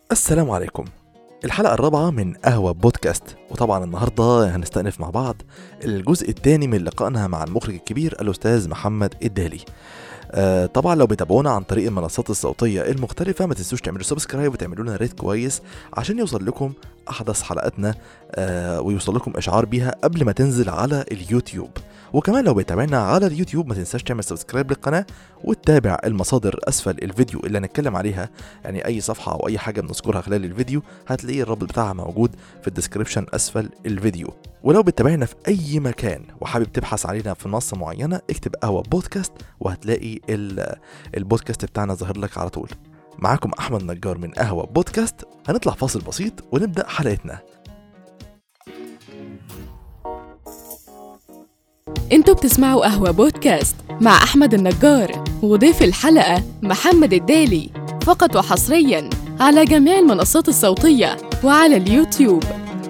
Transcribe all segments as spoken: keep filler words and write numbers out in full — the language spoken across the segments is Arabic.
السلام عليكم. الحلقة الرابعة من قهوة بودكاست، وطبعا النهاردة هنستأنف مع بعض الجزء الثاني من لقائنا مع المخرج الكبير الأستاذ محمد الدالي. آه طبعا لو بتابعونا عن طريق المنصات الصوتية المختلفة ما تنسوش تعملوا سبسكرايب وتعملوا لنا ريت كويس عشان يوصل لكم أحدث حلقاتنا آه ويوصل لكم إشعار بيها قبل ما تنزل على اليوتيوب. وكمان لو بتابعنا على اليوتيوب ما تنساش تعمل سبسكرايب للقناة وتتابع المصادر أسفل الفيديو اللي هنتكلم عليها، يعني أي صفحة أو أي حاجة بنذكرها خلال الفيديو هتلاقي الرابط بتاعها موجود في الديسكريبشن أسفل الفيديو. ولو بتتابعنا في أي مكان وحابب تبحث علينا في منصة معينة اكتب قهوة بودكاست وهتلاقي البودكاست بتاعنا ظاهر لك على طول. معاكم أحمد نجار من قهوة بودكاست. هنطلع فاصل بسيط ونبدأ حلقتنا. انتوا بتسمعوا قهوة بودكاست مع أحمد النجار وضيف الحلقة محمد الدالي، فقط وحصريا على جميع المنصات الصوتية وعلى اليوتيوب.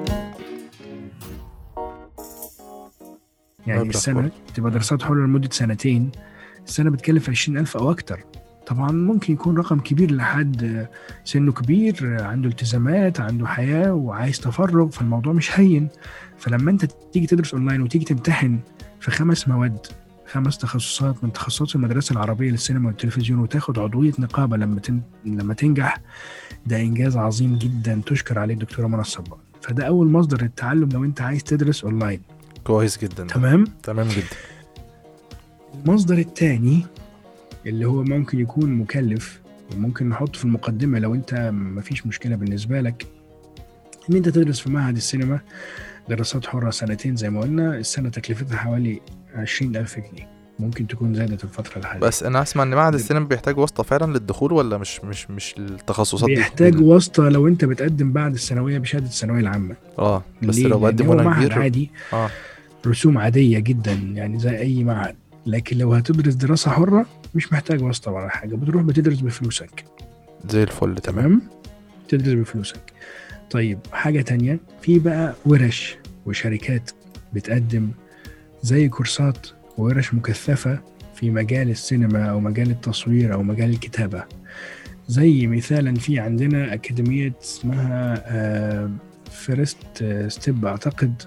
يعني السنة تبقى دراسات حرة لمدة سنتين، السنة بتكلف عشرين ألف أو أكتر. طبعا ممكن يكون رقم كبير لحد سنه كبير، عنده التزامات، عنده حياة وعايز تفرغ، فالموضوع مش هين. فلما انت تيجي تدرس اونلاين وتيجي تمتحن في خمس مواد، خمس تخصصات من تخصصات المدرسة العربية للسينما والتلفزيون، وتاخد عضوية نقابة لما تن... لما تنجح، ده إنجاز عظيم جدا تشكر عليه الدكتورة منى الصبان. فده أول مصدر للتعلم لو انت عايز تدرس اونلاين. كويس جدا. تمام تمام جدا. المصدر الثاني اللي هو ممكن يكون مكلف وممكن نحط في المقدمة لو انت مفيش مشكلة بالنسبة لك، ان انت تدرس في معهد السينما دراسات حرة سنتين. زي ما قلنا السنة تكلفتها حوالي عشرين ألف جنيه، ممكن تكون زادت الفترة الحالية. بس انا اسمع ان معهد السينما بيحتاج واسطة فعلا للدخول، ولا مش مش مش التخصصات دي بيحتاج واسطة لو انت بتقدم بعد الثانوية بشهادة الثانوية العامة. اه بس لو بقدم وانا كبير عادي اه رسوم عادية جدا يعني زي اي معهد. لكن لو هتدرس دراسة حرة مش محتاج واسطة ولا حاجة، بتروح بتدرس بفلوسك زي الفل. تمام، تدرس بفلوسك. طيب حاجة تانية، في بقى ورش وشركات بتقدم زي كورسات وورش مكثفة في مجال السينما أو مجال التصوير أو مجال الكتابة. زي مثالا في عندنا أكاديمية اسمها فيرست ستيب أعتقد،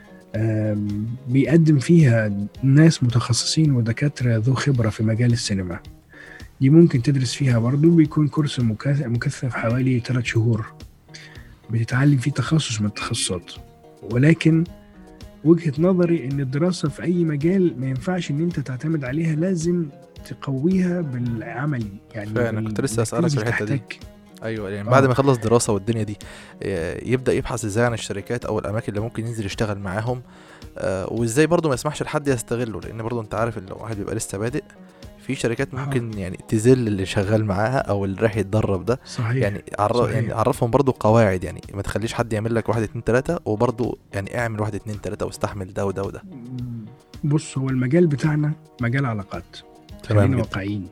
بيقدم فيها ناس متخصصين ودكاترة ذو خبرة في مجال السينما. دي ممكن تدرس فيها برضو، بيكون كورس مكثف حوالي ثلاث شهور بتتعلم فيه تخصص من التخصصات. ولكن وجهة نظري ان الدراسة في اي مجال ما ينفعش ان انت تعتمد عليها، لازم تقويها بالعملي. يعني فعلا كنت لسه اسألك في الحتة دي. ايوه يعني آه. بعد ما يخلص دراسة والدنيا دي يبدأ يبحث ازاي عن الشركات او الاماكن اللي ممكن ينزل يشتغل معاهم، آه وازاي برضو ما يسمحش لحد يستغله، لان برضو انت عارف لو واحد بيبقى لسه بادئ في شركات ممكن يعني تذل اللي شغال معاها او اللي راح يتدرب ده. صحيح. يعني عرف يعني عرفهم برضو قواعد، يعني ما تخليش حد يعمل لك واحد اتنين تلاتة، وبرضو يعني اعمل واحد اتنين تلاتة واستحمل ده وده وده. بص، هو المجال بتاعنا مجال علاقات، خلينا واقعيين.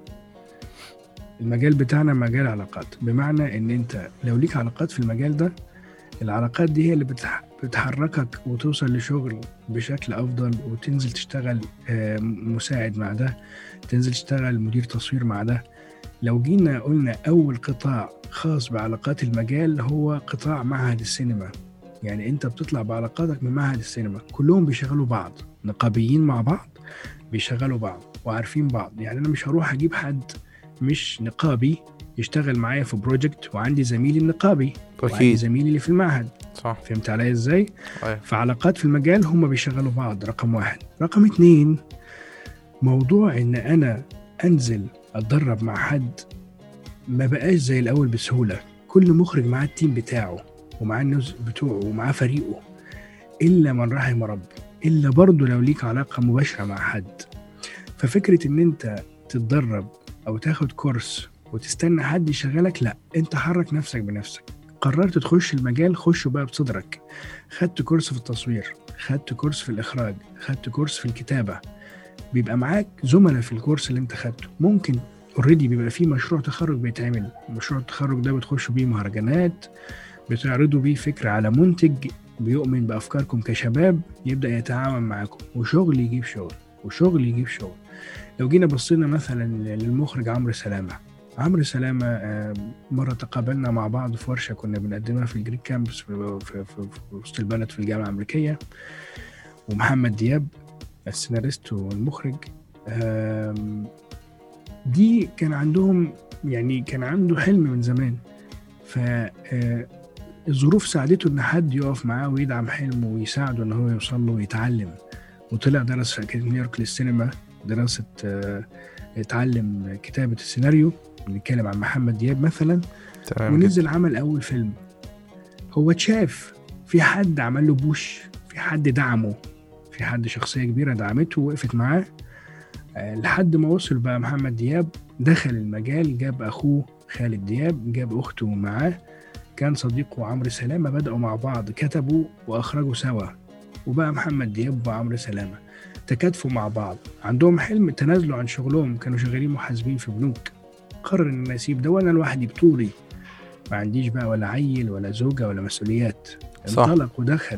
المجال بتاعنا مجال علاقات، بمعنى ان انت لو ليك علاقات في المجال ده، العلاقات دي هي اللي بتح... بتحركك وتوصل لشغل بشكل أفضل، وتنزل تشتغل مساعد مع ده، تنزل تشتغل مدير تصوير مع ده. لو جينا قلنا أول قطاع خاص بعلاقات المجال هو قطاع معهد السينما. يعني أنت بتطلع بعلاقاتك من معهد السينما، كلهم بيشغلوا بعض، نقابيين مع بعض بيشغلوا بعض وعارفين بعض. يعني أنا مش هروح أجيب حد مش نقابي يشتغل معايا في بروجكت وعندي زميلي النقابي وعندي زميلي اللي في المعهد. صح. فهمت علي ازاي؟ أيه. فعلاقات في المجال هم بيشغلوا بعض، رقم واحد. رقم اتنين، موضوع ان انا انزل اتدرب مع حد ما بقاش زي الاول بسهولة. كل مخرج معاه التيم بتاعه ومعاه الناس بتوعه ومعاه فريقه، الا من رحم ربي، الا برضو لو ليك علاقة مباشرة مع حد. ففكرة ان انت تتدرب او تاخد كورس وتستنى حد يشغلك، لا، انت حرك نفسك بنفسك. قررت تخش المجال، خشه بقى بصدرك. خدت كورس في التصوير، خدت كورس في الإخراج، خدت كورس في الكتابة، بيبقى معاك زملاء في الكورس اللي انت خدته. ممكن اوريدي بيبقى فيه مشروع تخرج بيتعمل. مشروع التخرج ده بتخشوا بيه مهرجانات، بتعرضوا بيه فكرة على منتج بيؤمن بأفكاركم كشباب، يبدأ يتعاون معاكم، وشغل يجيب شغل وشغل يجيب شغل. لو جينا بصينا مثلا للمخرج عمرو سلامة، عمرو سلامة آه، مرة تقابلنا مع بعض في ورشة كنا بنقدمها في الجريك كامبس في, في, في, في وسط البلد في الجامعة الأمريكية. ومحمد دياب السيناريست والمخرج، آم، دي كان عندهم يعني كان عنده حلم من زمان، فالظروف ساعدته ان حد يقف معاه ويدعم حلمه ويساعده ان هو يوصل له ويتعلم. وطلع درس في أكاديمية نيويورك للسينما دراسة، آه، اتعلم كتابة السيناريو، بنتكلم عن محمد دياب مثلا، ونزل عمل أول فيلم. هو اتشاف في حد عمل له بوش، في حد دعمه، في حد شخصية كبيرة دعمته ووقفت معاه، آه، لحد ما وصل بقى محمد دياب. دخل المجال، جاب أخوه خالد دياب، جاب أخته معاه، كان صديقه عمرو سلامة، بدأوا مع بعض كتبوا وأخرجوا سوا، وبقى محمد دياب وعمرو سلامة تكاتفوا مع بعض. عندهم حلم، تنازلوا عن شغلهم، كانوا شغالين محاسبين في بنوك. قرر ان انا اسيب ده وانا لوحدي بطولي، ما عنديش بقى ولا عيل ولا زوجة ولا مسؤوليات. انطلق ودخل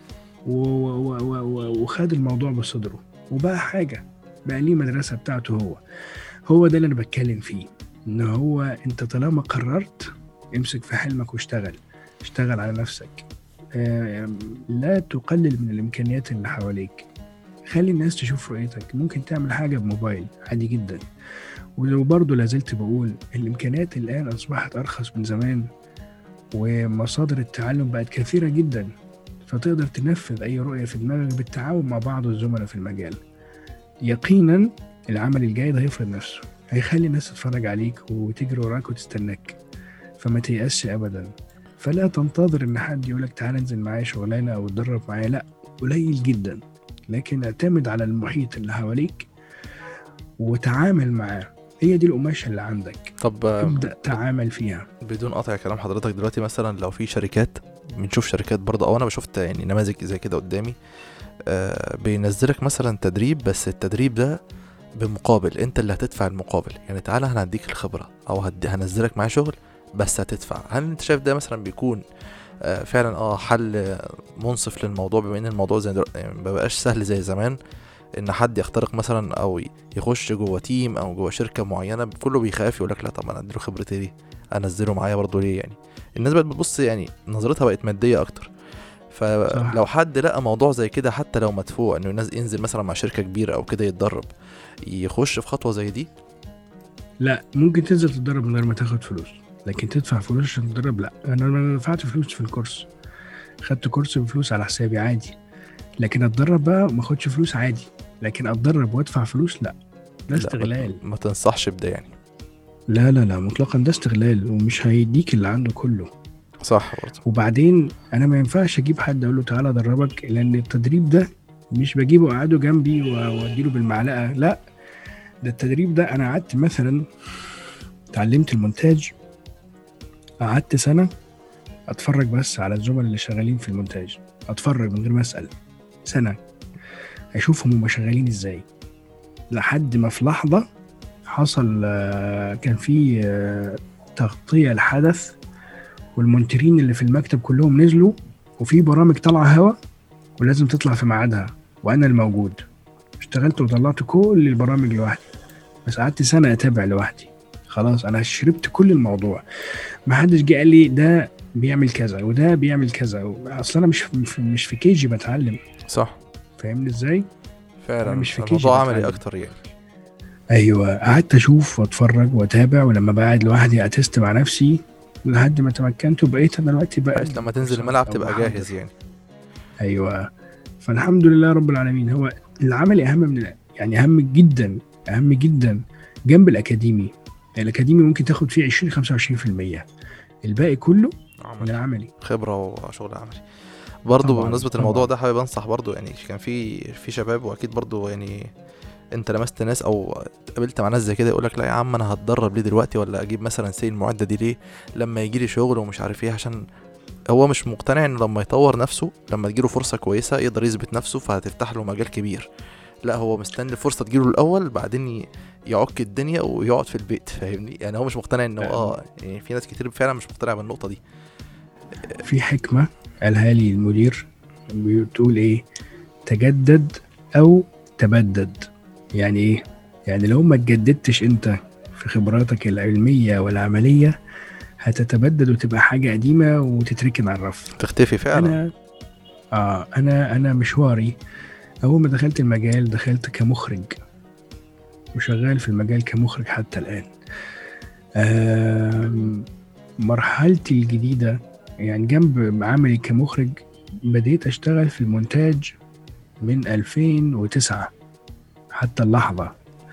وخد الموضوع بصدره وبقى حاجة، بقى ليه مدرسة بتاعته. هو هو ده اللي انا بتكلم فيه، ان هو انت طالما قررت امسك في حلمك واشتغل اشتغل على نفسك. لا تقلل من الامكانيات اللي حواليك، خلي الناس تشوف رؤيتك. ممكن تعمل حاجة بموبايل عادي جدا. وبرضه لازلت بقول الامكانيات الان اصبحت ارخص من زمان، ومصادر التعلم بقت كثيرة جدا، فتقدر تنفذ اي رؤية في دماغك بالتعاون مع بعض الزملاء في المجال. يقينا العمل الجاي ده هيفرض نفسه، هيخلي الناس تتفرج عليك وتجري وراك وتستناك، فما تيأسش ابدا. فلا تنتظر ان حد يقولك تعال انزل معايا شغلانة او اتدرب معايا، لا، قليل جدا. لكن اعتمد على المحيط اللي حواليك وتعامل معاه، هي دي القماشة اللي عندك. طب ابدأ تعامل فيها. بدون قطع كلام حضرتك، دلوقتي مثلا لو في شركات، بنشوف شركات برضه، او انا بشوفت يعني نماذج زي كده قدامي، آه بينزلك مثلا تدريب، بس التدريب ده بمقابل انت اللي هتدفع المقابل. يعني تعالى هنديك الخبرة او هدي هنزلك معايا شغل بس هتدفع. هل انت شايف ده مثلا بيكون آه فعلا اه حل منصف للموضوع، بما ان الموضوع زي يعني ما بقاش سهل زي زمان ان حد يخترق مثلا او يخش جوه تيم او جوه شركه معينه، كله بيخاف يقول لك لا طب انا اديله خبرتي ليه، انزله معايا برضه ليه؟ يعني الناس بقت بتبص، يعني نظرتها بقت ماديه اكتر. فلو حد لقى موضوع زي كده حتى لو مدفوع انه ينزل مثلا مع شركه كبيره او كده يتدرب، يخش في خطوه زي دي؟ لا، ممكن تنزل تتدرب من غير ما تاخد فلوس، لكن تدفع فلوس عشان تتدرب لا. انا ما دفعت فلوس في الكورس، خدت كورس بفلوس على حسابي عادي، لكن اتدرب بقى ما اخدش فلوس عادي، لكن اتدرب وادفع فلوس لا، ده استغلال. ما تنصحش بده يعني؟ لا لا لا مطلقا، ده استغلال ومش هيديك اللي عنده كله. صح برضه. وبعدين انا ما ينفعش اجيب حد اقول له تعالى ادربك، لان التدريب ده مش بجيبه اقعده جنبي واديله بالمعلقه، لا، ده التدريب ده انا قعدت مثلا اتعلمت المونتاج، قعدت سنه اتفرج بس على الزملاء اللي شغالين في المونتاج، اتفرج من غير ما اسال، سنه اشوفهم هم شغالين ازاي، لحد ما في لحظه حصل كان في تغطيه الحدث والمونترين اللي في المكتب كلهم نزلوا، وفي برامج طلع هوا ولازم تطلع في ميعادها، وانا الموجود اشتغلت وطلعت كل البرامج لوحدي، بس قعدت سنه اتابع لوحدي. خلاص انا شربت كل الموضوع، ما حدش جه قال لي ده بيعمل كذا وده بيعمل كذا، اصلا انا مش مش في كيجي بتعلم. صح، فاهمني ازاي؟ فعلا مش في كيجي، الموضوع عملي اكتر يعني. ايوه، قعدت اشوف واتفرج واتابع، ولما بقعد لوحدي اتست مع نفسي لحد ما تمكنت، وبقيت انا دلوقتي بقى لما تنزل الملعب تبقى جاهز يعني. ايوه، فالحمد لله رب العالمين. هو العمل اهم من يعني اهم جدا اهم جدا جنب الاكاديمي. الاكاديمي ممكن تاخد فيه عشرين خمسة وعشرين في المية، الباقي كله من العملي، خبره وشغل عملي. برضو بالنسبه للموضوع ده حابب انصح برضو، يعني كان في في شباب واكيد برضو يعني انت لمست ناس او قابلت مع ناس زي كده يقولك لا يا عم انا هتدرب ليه دلوقتي، ولا اجيب مثلا سي المعده دي ليه لما يجي لي شغل ومش عارف ايه، عشان هو مش مقتنع انه لما يطور نفسه لما تجيله فرصه كويسه يقدر يثبت نفسه فهتفتح له مجال كبير. لا، هو مستني الفرصه تجيله الاول بعدين يعك الدنيا ويقعد في البيت، فاهمني؟ يعني هو مش مقتنع انه اه يعني في ناس كتير فعلا مش مقتنعه بالنقطه دي. في حكمه قالها لي المدير بتقول ايه؟ تجدد او تبدد. يعني ايه؟ يعني لو ما تجددتش انت في في خبراتك العلمية والعملية هتتبدل وتبقى حاجة قديمة وتتركن على الرف، تختفي فعلا. أنا آه أنا أنا مشواري أول ما دخلت المجال دخلت كمخرج، وشغال في المجال كمخرج حتى الآن. آه مرحلتي الجديدة يعني جنب عملي كمخرج بديت أشتغل في المونتاج من ألفين وتسعة حتى اللحظة.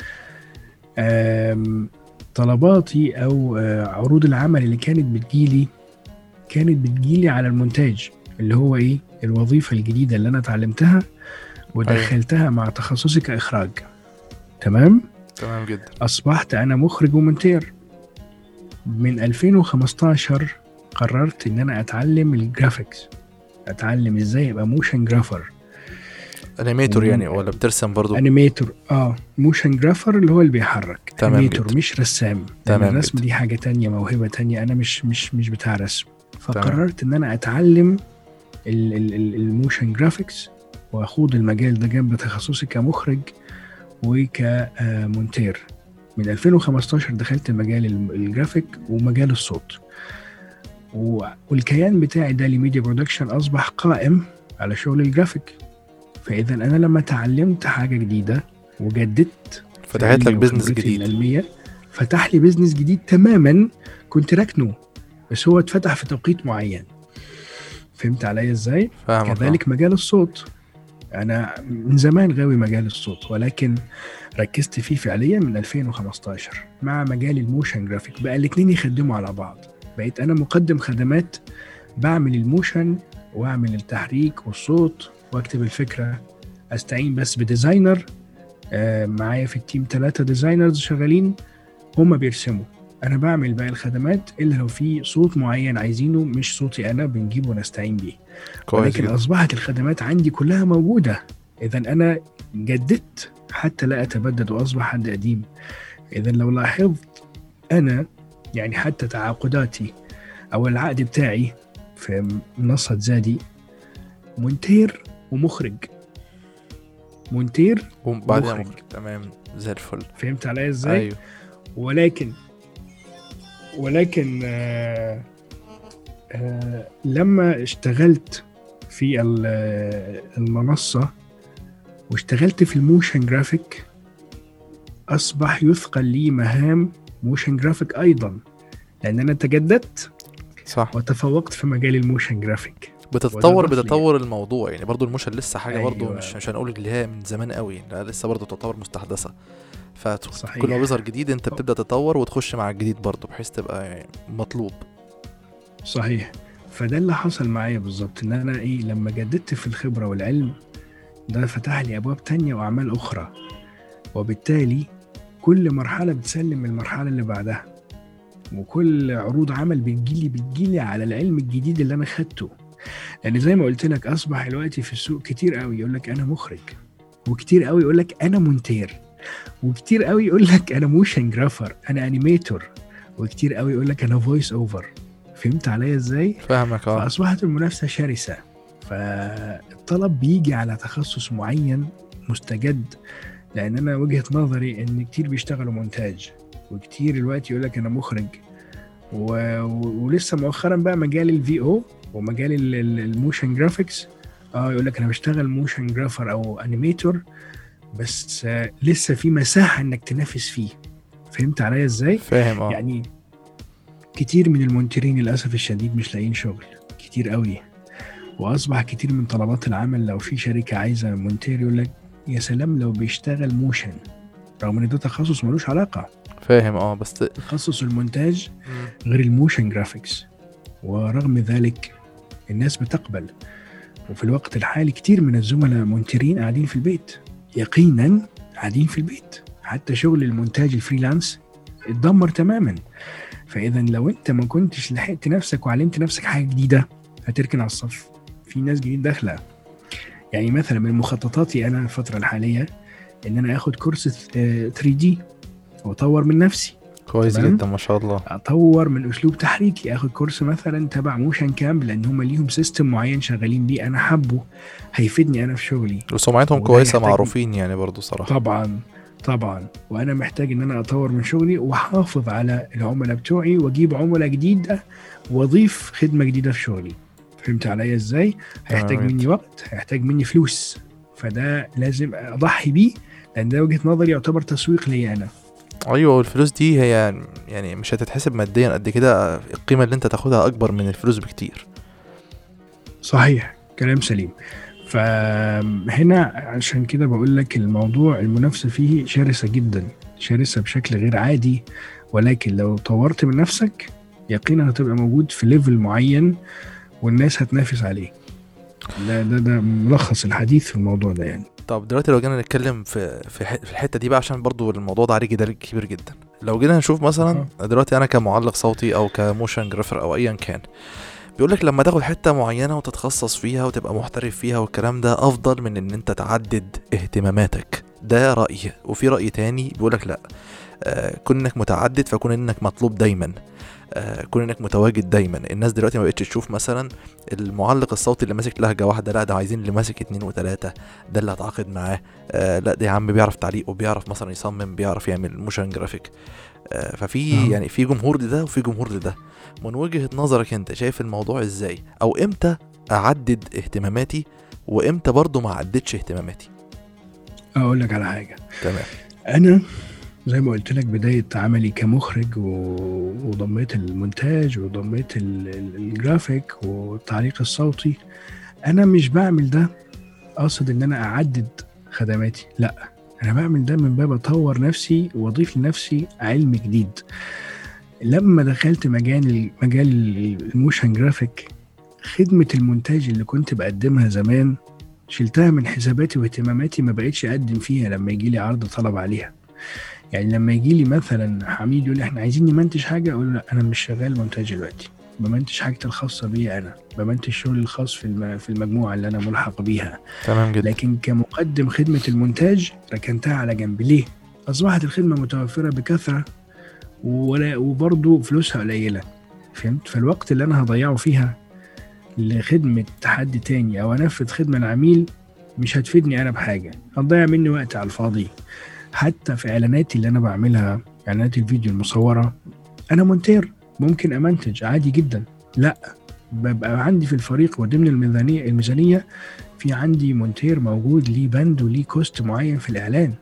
طلباتي أو عروض العمل اللي كانت بتجيلي كانت بتجيلي على المونتاج، اللي هو إيه الوظيفة الجديدة اللي أنا اتعلمتها ودخلتها مع تخصصي كإخراج. تمام؟ تمام جدا. أصبحت أنا مخرج ومونتير. من ألفين وخمستاشر قررت إن أنا أتعلم الجرافيكس، أتعلم إزاي أبقى موشن جرافر. انيميتور يعني ولا بترسم برضو؟ انيميتور اه موشن جرافر اللي هو اللي بيحرك. انيميتور جدا. مش رسام. تمام. الرسم جدا. دي حاجة تانية، موهبة تانية، انا مش مش مش بتاع رسم. فقررت ان انا اتعلم الموشن جرافيكس واخوض المجال ده جنب تخصصي كمخرج وكمونتير. من ألفين وخمستاشر دخلت مجال الجرافيك ومجال الصوت، والكيان بتاعي دالي ميديا برودكشن اصبح قائم على شغل الجرافيك. فإذا أنا لما تعلمت حاجة جديدة وجددت فتحت لك بيزنس جديد، العلمية فتح لي بيزنس جديد تماما كنت ركنه، بس هو اتفتح في توقيت معين. فهمت علي ازاي؟ كذلك مجال الصوت، أنا من زمان غاوي مجال الصوت، ولكن ركزت فيه فعليا من ألفين وخمستاشر مع مجال الموشن جرافيك. بقى الاتنين يخدموا على بعض، بقيت أنا مقدم خدمات، بعمل الموشن واعمل التحريك والصوت واكتب الفكرة. استعين بس بديزاينر آه معايا في التيم، ثلاثة ديزاينرز شغالين هم بيرسموا، انا بعمل باقي الخدمات اللي لو في صوت معين عايزينه مش صوتي انا بنجيبه ونستعين بيه. ولكن اصبحت الخدمات عندي كلها موجودة، اذا انا جددت حتى لا اتبدد واصبح حد قديم. اذا لو لاحظت انا يعني حتى تعاقداتي او العقد بتاعي في منصة زادي مونتير ومخرج، مونتير وبعدين مخرج. تمام زي الفل. فهمت علي ازاي؟ أيوه. ولكن ولكن آه آه لما اشتغلت في المنصة واشتغلت في الموشن جرافيك اصبح يثقل لي مهام موشن جرافيك ايضا، لان انا تجددت صح وتفوقت في مجال الموشن جرافيك. بتتطور بتطور الموضوع يعني. برضو الموشن لسه حاجه أيوة. برضو مش مش هنقول اللي هي من زمان قوي، لا لسه برضو تطور مستحدثه. فكل ما بيظهر جديد انت بتبدا تتطور وتخش مع الجديد برضو بحيث تبقى يعني مطلوب. صحيح. فده اللي حصل معايا بالظبط، ان انا ايه لما جددت في الخبره والعلم ده فتح لي ابواب تانية واعمال اخرى، وبالتالي كل مرحله بتسلم المرحله اللي بعدها، وكل عروض عمل بتجيلي بتجيلي على العلم الجديد اللي انا خدته. يعني زي ما قلت لك اصبح دلوقتي في السوق كتير قوي يقول لك انا مخرج، وكتير قوي يقول لك انا مونتير، وكتير قوي يقول لك انا موشن جرافر، انا انيميتور، وكتير قوي يقول لك انا فويس اوفر. فهمت عليا ازاي؟ فاهمك. اه فاصبحت المنافسه شرسه، فالطلب بيجي على تخصص معين مستجد. لان انا وجهه نظري ان كتير بيشتغلوا مونتاج، وكتير الوقت يقول لك انا مخرج، و... ولسه مؤخرا بقى مجال الفي او ومجال الموشن جرافيكس اه يقول لك انا بشتغل موشن جرافر او انيميتور، بس آه لسه في مساحه انك تنافس فيه. فهمت عليا ازاي؟ فاهم. اه يعني كتير من المونترين للاسف الشديد مش لاقيين شغل كتير قوي، واصبح كتير من طلبات العمل لو في شركه عايزه مونتير يقول لك يا سلام لو بيشتغل موشن، رغم ان ده تخصص ملوش علاقه. فاهم. اه بس تخصص المونتاج غير الموشن جرافيكس، ورغم ذلك الناس بتقبل. وفي الوقت الحالي كتير من الزملاء مونترين قاعدين في البيت، يقينا قاعدين في البيت، حتى شغل المونتاج الفريلانس اتدمر تماما. فإذا لو انت ما كنتش لحقت نفسك وعلمت نفسك حاجة جديدة هتركن على الصف. في ناس جديد داخلة، يعني مثلا من مخططاتي أنا الفترة الحالية إن أنا أخد كورس ثري دي وأطور من نفسي. كويس جدا ما شاء الله. أطور من أسلوب تحريكي، أخد كورس مثلا تبع موشن كامب، لأن هم ليهم سيستم معين شغالين بيه أنا حبه هيفيدني أنا في شغلي، وسمعتهم كويسة معروفين يعني برضو صراحة. طبعا طبعا، وانا محتاج ان انا اطور من شغلي واحافظ على العملاء بتوعي واجيب عملاء جديده واضيف خدمه جديده في شغلي. فهمت عليا ازاي؟ هيحتاج تمام. مني وقت، هيحتاج مني فلوس، فده لازم اضحي بيه، لان ده وجهه نظري يعتبر تسويق لي انا. ايوه، والفلوس دي هي يعني مش هتتحسب ماديا قد كده، القيمه اللي انت تاخدها اكبر من الفلوس بكتير. صحيح، كلام سليم. فهنا عشان كده بقول لك الموضوع المنافسه فيه شرسه جدا، شرسه بشكل غير عادي، ولكن لو طورت من نفسك يقينا هتبقى موجود في ليفل معين والناس هتنافس عليه. ده ده ده ملخص الحديث في الموضوع ده يعني. طب دلوقتي لو جينا نتكلم في في ح- في الحته دي بقى، عشان برضو الموضوع ده عليه جدال كبير جدا. لو جينا نشوف مثلا دلوقتي انا كمعلق صوتي او كموشن جرافر او ايا كان، بيقولك لما تاخد حته معينه وتتخصص فيها وتبقى محترف فيها والكلام ده افضل من ان انت تعدد اهتماماتك. ده راي، وفي راي تاني بيقولك لا، آه كون انك متعدد فكون انك مطلوب دايما، آه كون انك متواجد دايما. الناس دلوقتي ما بقتش تشوف مثلا المعلق الصوتي اللي ماسك لهجه واحده، لا ده عايزين اللي ماسك اتنين وتلاته، ده اللي هتعاقد معاه. آه لا ده يا عم بيعرف تعليق وبيعرف مثلا يصمم، بيعرف يعمل موشن جرافيك. آه ففي أه. يعني في جمهور لده وفي جمهور لده. من وجهة نظرك انت شايف الموضوع ازاي؟ او امتى اعدد اهتماماتي وامتى برضو ما اعددش اهتماماتي؟ اقول لك على حاجه. تمام. انا زي ما قلت لك بدايه عملي كمخرج و... وضميت المونتاج وضميت ال... ال- الجرافيك والتعليق الصوتي، انا مش بعمل ده اقصد ان انا اعدد خدماتي، لا، انا بعمل ده من باب اطور نفسي واضيف لنفسي علم جديد. لما دخلت مجال مجال الموشن جرافيك، خدمة المونتاج اللي كنت بقدمها زمان شلتها من حساباتي واهتماماتي، ما بقيتش اقدم فيها لما يجي لي عرض طلب عليها. يعني لما يجي لي مثلا حميد يقول لي احنا عايزين نمنتج حاجه، اقول له لا انا مش شغال مونتاج دلوقتي، بمنتج حاجتي الخاصه بي، انا بمنتج شغلي الخاص في الم- في المجموعه اللي انا ملحق بيها. تمام جدا. لكن كمقدم خدمه المونتاج ركنتها على جنب. ليه؟ اصبحت الخدمه متوفره بكثره ولا وبرضه فلوسها قليله. فهمت؟ فالوقت اللي انا هضيعه فيها لخدمه حد تاني او انفذ خدمه العميل مش هتفيدني انا بحاجه، هتضيع مني وقت على الفاضي. حتى في اعلاناتي اللي انا بعملها، اعلانات الفيديو المصوره، انا مونتير ممكن امنتج عادي جدا، لا، ببقى عندي في الفريق وضمن الميزانيه الميزانيه في عندي مونتير موجود ليه بند وليه كوست معين في الاعلان.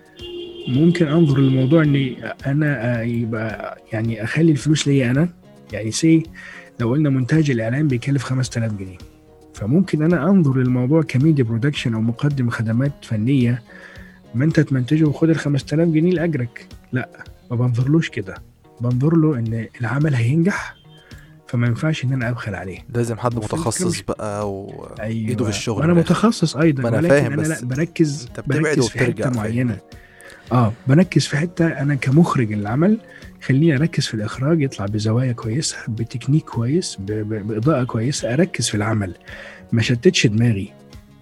ممكن انظر للموضوع اني انا يبقى يعني اخلي الفلوس ليا انا. يعني سي لو قلنا مونتاج الاعلان بيكلف خمسة آلاف جنيه، فممكن انا انظر للموضوع كميديا برودكشن او مقدم خدمات فنيه، ما انت تمنتجه وخد ال خمسة آلاف جنيه لاجرك، لا، ما بنظرلوش كده، بنظر له ان العمل هينجح، فما ينفعش ان انا ابخل عليه. لازم حد وفي متخصص الفكرة مش- بقى وايده ايوه في الشغل. وانا من الآخر. متخصص ايضا، ما أنا ولكن فاهم، انا بس لا بركز انت بتبعد بركز في وبترجع، حته معينه. فاهمني؟ اه بركز في حته، انا كمخرج العمل خليني اركز في الاخراج، يطلع بزوايا كويسه، بتكنيك كويس، ب- ب- باضاءه كويسه، اركز في العمل، ما شتتش دماغي.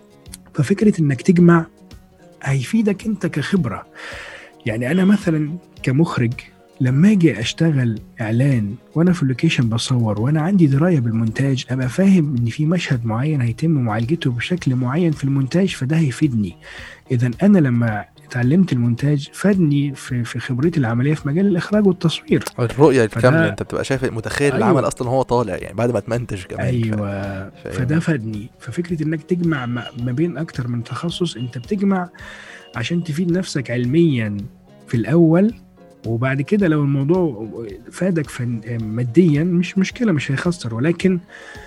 ففكره انك تجمع هيفيدك انت كخبره. يعني انا مثلا كمخرج لما اجي اشتغل اعلان وانا في اللوكيشن بصور وانا عندي درايه بالمونتاج، ابقى فاهم ان في مشهد معين هيتم معالجته بشكل معين في المونتاج، فده هيفيدني. اذا انا لما اتعلمت المونتاج فادني في في خبرتي العمليه في مجال الاخراج والتصوير. الرؤيه الكامله، فده- انت بتبقى شايف متخيل أيوة. العمل اصلا هو طالع، يعني بعد ما تمنتج كمان. ايوه ف- فده فادني. ففكره انك تجمع ما ما بين اكتر من تخصص، انت بتجمع عشان تفيد نفسك علميا في الاول، وبعد كده لو الموضوع فادك فن- ماديا مش مشكله، مش هيخسر. ولكن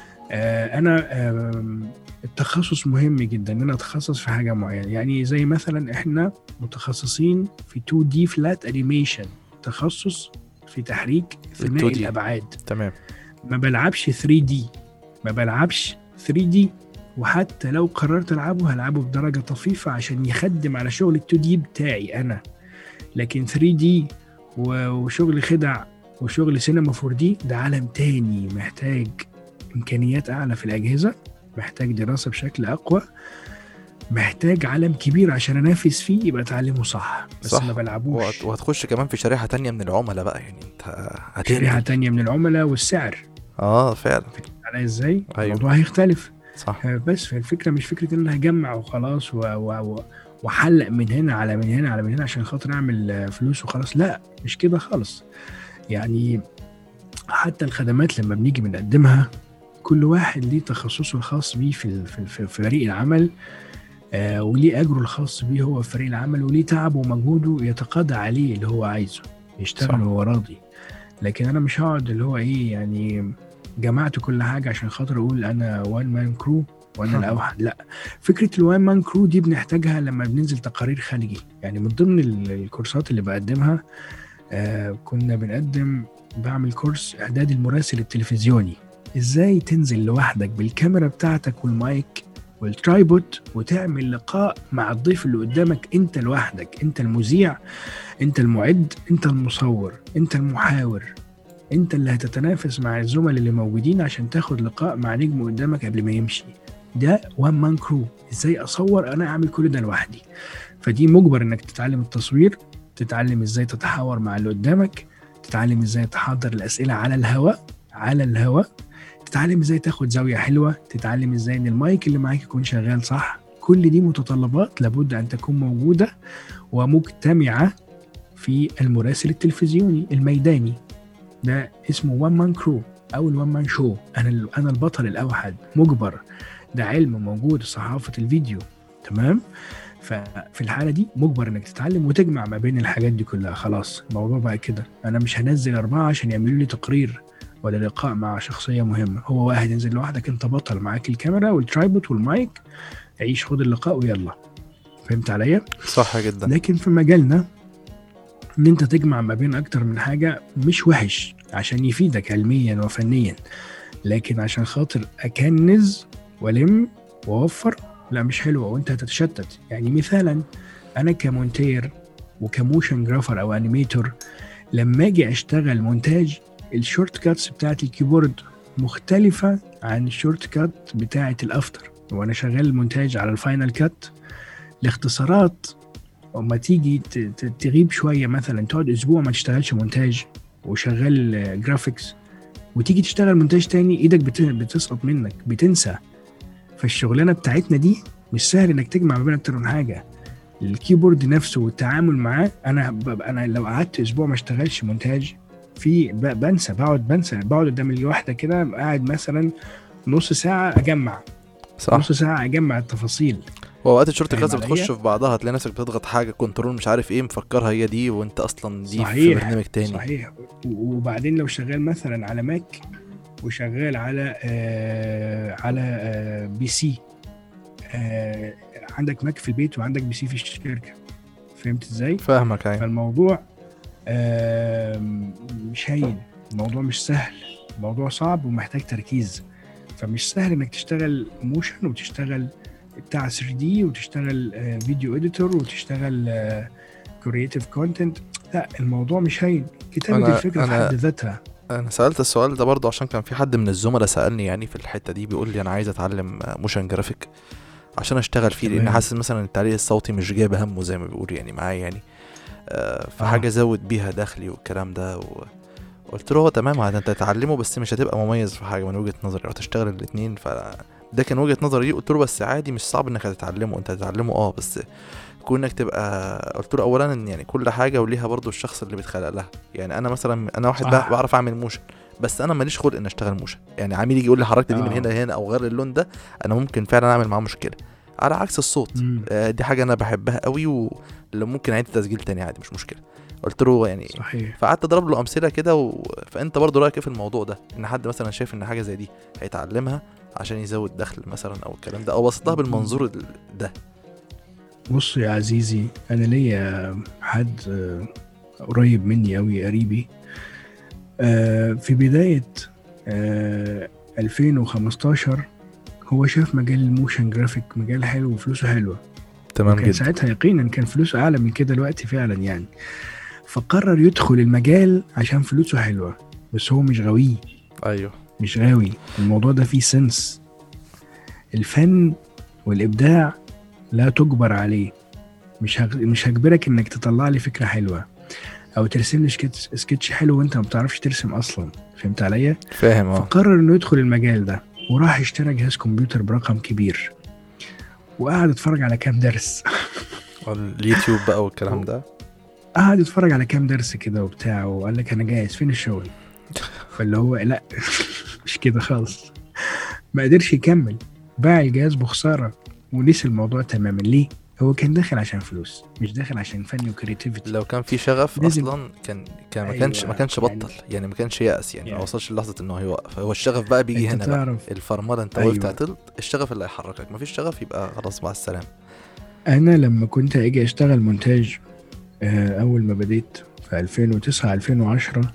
آه انا آه التخصص مهم جدا، ان انا اتخصص في حاجه معينه. يعني زي مثلا احنا متخصصين في تو دي فلات انيميشن، تخصص في تحريك ثنائي تو دي. الابعاد. تمام. ما بلعبش ثري دي، ما بلعبش ثري دي، وحتى لو قررت العبه هلعبه بدرجه طفيفه عشان يخدم على شغل ال تو دي بتاعي انا. لكن ثري دي وشغل خدع وشغل سينما فور دي ده عالم تاني، محتاج امكانيات اعلى في الاجهزه، محتاج دراسه بشكل اقوى، محتاج عالم كبير عشان انافس فيه، يبقى اتعلمه صح، بس صح. ما بلعبوش. وهت- وهتخش كمان في شريحه تانية من العملاء بقى، يعني انت شريحه هتنقل. تانية من العملاء والسعر اه فعلا. على ازاي أيوة. الموضوع هيختلف. صح. بس فالفكرة مش فكرة ان انا هجمع وخلاص و... و... و... وحلق من هنا على من هنا على من هنا عشان خاطر اعمل فلوس وخلاص. لا، مش كده خالص. يعني حتى الخدمات لما بنيجي بنقدمها كل واحد ليه تخصصه الخاص بيه في في فريق العمل، آه وليه أجره الخاص بيه هو في فريق العمل، وليه تعبه ومجهوده يتقاضى عليه اللي هو عايزه، يشتغل وهو راضي. لكن أنا مش هقعد اللي هو إيه يعني جمعت كل حاجة عشان خاطر أقول أنا وان مان كرو وأنا الأوحد. لا، فكرة الوان مان كرو دي بنحتاجها لما بننزل تقارير خارجي. يعني من ضمن الكورسات اللي بقدمها آه كنا بنقدم بعمل كورس إعداد المراسل التلفزيوني، إزاي تنزل لوحدك بالكاميرا بتاعتك والمايك والترايبود وتعمل لقاء مع الضيف اللي قدامك انت لوحدك، انت المذيع، انت المعد، انت المصور، انت المحاور، انت اللي هتتنافس مع الزملاء اللي موجودين عشان تاخد لقاء مع نجم قدامك قبل ما يمشي. ده وان مان كرو. ازاي اصور انا اعمل كل ده لوحدي؟ فدي مجبر انك تتعلم التصوير، تتعلم ازاي تتحاور مع اللي قدامك، تتعلم ازاي تحضر الاسئله على الهواء على الهواء تتعلم ازاي تاخد زاويه حلوه، تتعلم ازاي ان المايك اللي معاك يكون شغال صح. كل دي متطلبات لابد ان تكون موجوده ومجتمعه في المراسل التلفزيوني الميداني. ده اسمه وان مان كرو او الوان مان شو. انا انا البطل الاوحد، مجبر. ده علم موجود، صحافه الفيديو، تمام. ففي الحاله دي مجبر انك تتعلم وتجمع ما بين الحاجات دي كلها. خلاص الموضوع بقى كده. انا مش هنزل اربعه عشان يعملوا لي تقرير ولا لقاء مع شخصية مهمة. هو واحد ينزل لوحدك، انت بطل، معاك الكاميرا والترايبود والمايك، عيش خد اللقاء ويلا. فهمت عليا؟ صح جدا. لكن في مجالنا ان انت تجمع ما بين اكتر من حاجة مش وحش عشان يفيدك علميا وفنيا، لكن عشان خاطر اكنز ولم ووفر لا، مش حلوة وانت هتتشتت. يعني مثالا انا كمونتير وكموشن جرافر او انيميتور، لما اجي اشتغل مونتاج الشورت كاتس بتاعت الكيبورد مختلفة عن الشورت كات بتاعت الافتر. وانا شغال المونتاج على الفاينل كات، الاختصارات وما تيجي تغيب شوية، مثلا تقعد اسبوع ما تشتغلش مونتاج وشغال جرافيكس، وتيجي تشتغل مونتاج تاني ايدك بتسقط منك، بتنسى. فالشغلانة بتاعتنا دي مش سهل انك تجمع ما بين اكتر من حاجة. الكيبورد نفسه والتعامل معاه، انا انا لو قعدت اسبوع ما اشتغلش مونتاج في بنسى، بقعد بنسى بقعد قدام الواحدة كده قاعد مثلا نص ساعة اجمع صح. نص ساعة اجمع التفاصيل. ووقت الشورت كاتس بتخش في بعضها تلاقي نفسك بتضغط حاجة كنترول مش عارف ايه مفكرها هي دي وانت اصلا دي صحيح. في برنامج تاني. صحيح. وبعدين لو شغال مثلا على ماك وشغال على آه على آه بي سي، آه عندك ماك في البيت وعندك بي سي في الشركة، فهمت ازاي؟ فاهمك. ايوه. فالموضوع آه مش هين، الموضوع مش سهل، الموضوع صعب ومحتاج تركيز. فمش سهل انك تشتغل موشن وتشتغل بتاع ثري دي وتشتغل آه فيديو اديتور وتشتغل آه كرييتيف كونتنت. لا، الموضوع مش هين. كتابة الفكرة في حد ذاتها. انا سألت السؤال ده برضو عشان كان في حد من الزملاء سألني يعني في الحتة دي، بيقول لي انا عايز اتعلم موشن جرافيك عشان اشتغل فيه، لان حاسس مثلا التعليق الصوتي مش جايب همه زي ما بيقول يعني معايا يعني آه فحاجة آه. زود بيها دخلي والكلام ده. وقلت له هو تمام، انت تتعلمه بس مش هتبقى مميز في حاجة من وجهة نظري، او تشتغل الاثنين. فده كان وجهة نظري. قلت له بس عادي، مش صعب انك هتتعلمه، انت هتتعلمه اه بس كونك تبقى. قلت له اولا ان يعني كل حاجة وليها برضو الشخص اللي بيتخلق لها. يعني انا مثلا انا واحد آه. بعرف اعمل موشن، بس انا ماليش خلق ان اشتغل موشن. يعني عميل يجي يقول لي حركت دي آه. من هنا لهنا او غير اللون ده، انا ممكن فعلا اعمل معاه مشكلة. على عكس الصوت آه دي حاجة انا بحبها قوي، واللي ممكن اعيد تسجيل تاني عادي مش مشكلة. قلت له يعني صحيح. فقعدت اضرب له امثله كده و... فانت برضو رايك في الموضوع ده؟ ان حد مثلا شايف ان حاجه زي دي هيتعلمها عشان يزود دخل مثلا او الكلام ده، او بسطها بالمنظور ده؟ بص يا عزيزي، انا ليا حد قريب مني قوي، قريبي، في بدايه ألفين وخمستاشر هو شاف مجال الموشن جرافيك مجال حلو وفلوسه حلوه. تمام جدا. ساعتها يقينا كان فلوسه اعلى من كده دلوقتي فعلا يعني. فقرر يدخل المجال عشان فلوسه حلوة، بس هو مش غاوي. ايوه مش غاوي. الموضوع ده فيه سنس. الفن والابداع لا تجبر عليه. مش هغ... مش هجبرك انك تطلع لي فكرة حلوة او ترسم لي سكتش سكتش حلو وانت ما بتعرفش ترسم اصلا. فهمت عليا؟ فاهم. اه فقرر انه يدخل المجال ده وراح اشترى جهاز كمبيوتر برقم كبير وقعد اتفرج على كام درس اليوتيوب بقى والكلام ده. قعد يتفرج على كام درس كده وبتاع وقال لك انا جاهز فين الشغل. فاللي هو لا مش كده خالص، ما قدرش يكمل، باع الجهاز بخساره ونسي الموضوع تماما. ليه؟ هو كان داخل عشان فلوس، مش داخل عشان فن وكرياتيفيتي. لو كان في شغف لازم- اصلا كان كان ما كانش أيوة، ما كانش يعني- بطل يعني ما كانش يأس يعني ما يعني- وصلش للحظه انه هيوقف. هو الشغف بقى بيجي انت هنا بقى تعرف الفرمله، انت أيوة. وقفت عطلت، الشغف اللي هيحركك. ما فيش شغف يبقى خلاص مع السلامه. انا لما كنت اجي اشتغل مونتاج آه، اول ما بديت في ألفين وتسعة ألفين وعشرة،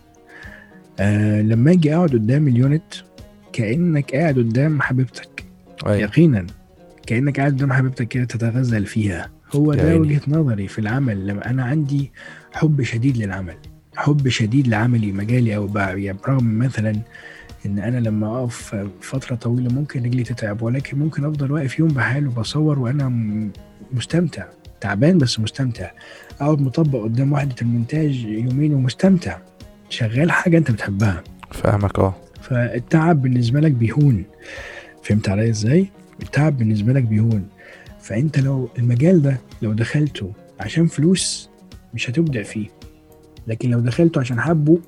آه، لما اجي اقعد قدام اليونت كانك قاعد قدام حبيبتك، ايوه يقينا كانك قاعد قدام حبيبتك كده تتغزل فيها. هو يا ده عيني. وجهة نظري في العمل. لما انا عندي حب شديد للعمل، حب شديد لعملي مجالي، او بقى يعني برغم مثلا ان انا لما اقف فتره طويله ممكن رجلي تتعب، ولكن ممكن افضل واقف يوم بحاله بصور وانا م- مستمتع، تعبان بس مستمتع. اقعد مطبق قدام وحده المونتاج يومين ومستمتع، شغال حاجه انت بتحبها، فاهمك اه. فالتعب بالنسبه لك بيهون. فهمت عليا ازاي؟ التعب بالنسبه لك بيهون. فانت لو المجال ده لو دخلته عشان فلوس مش هتبدع فيه، لكن لو دخلته عشان حبه،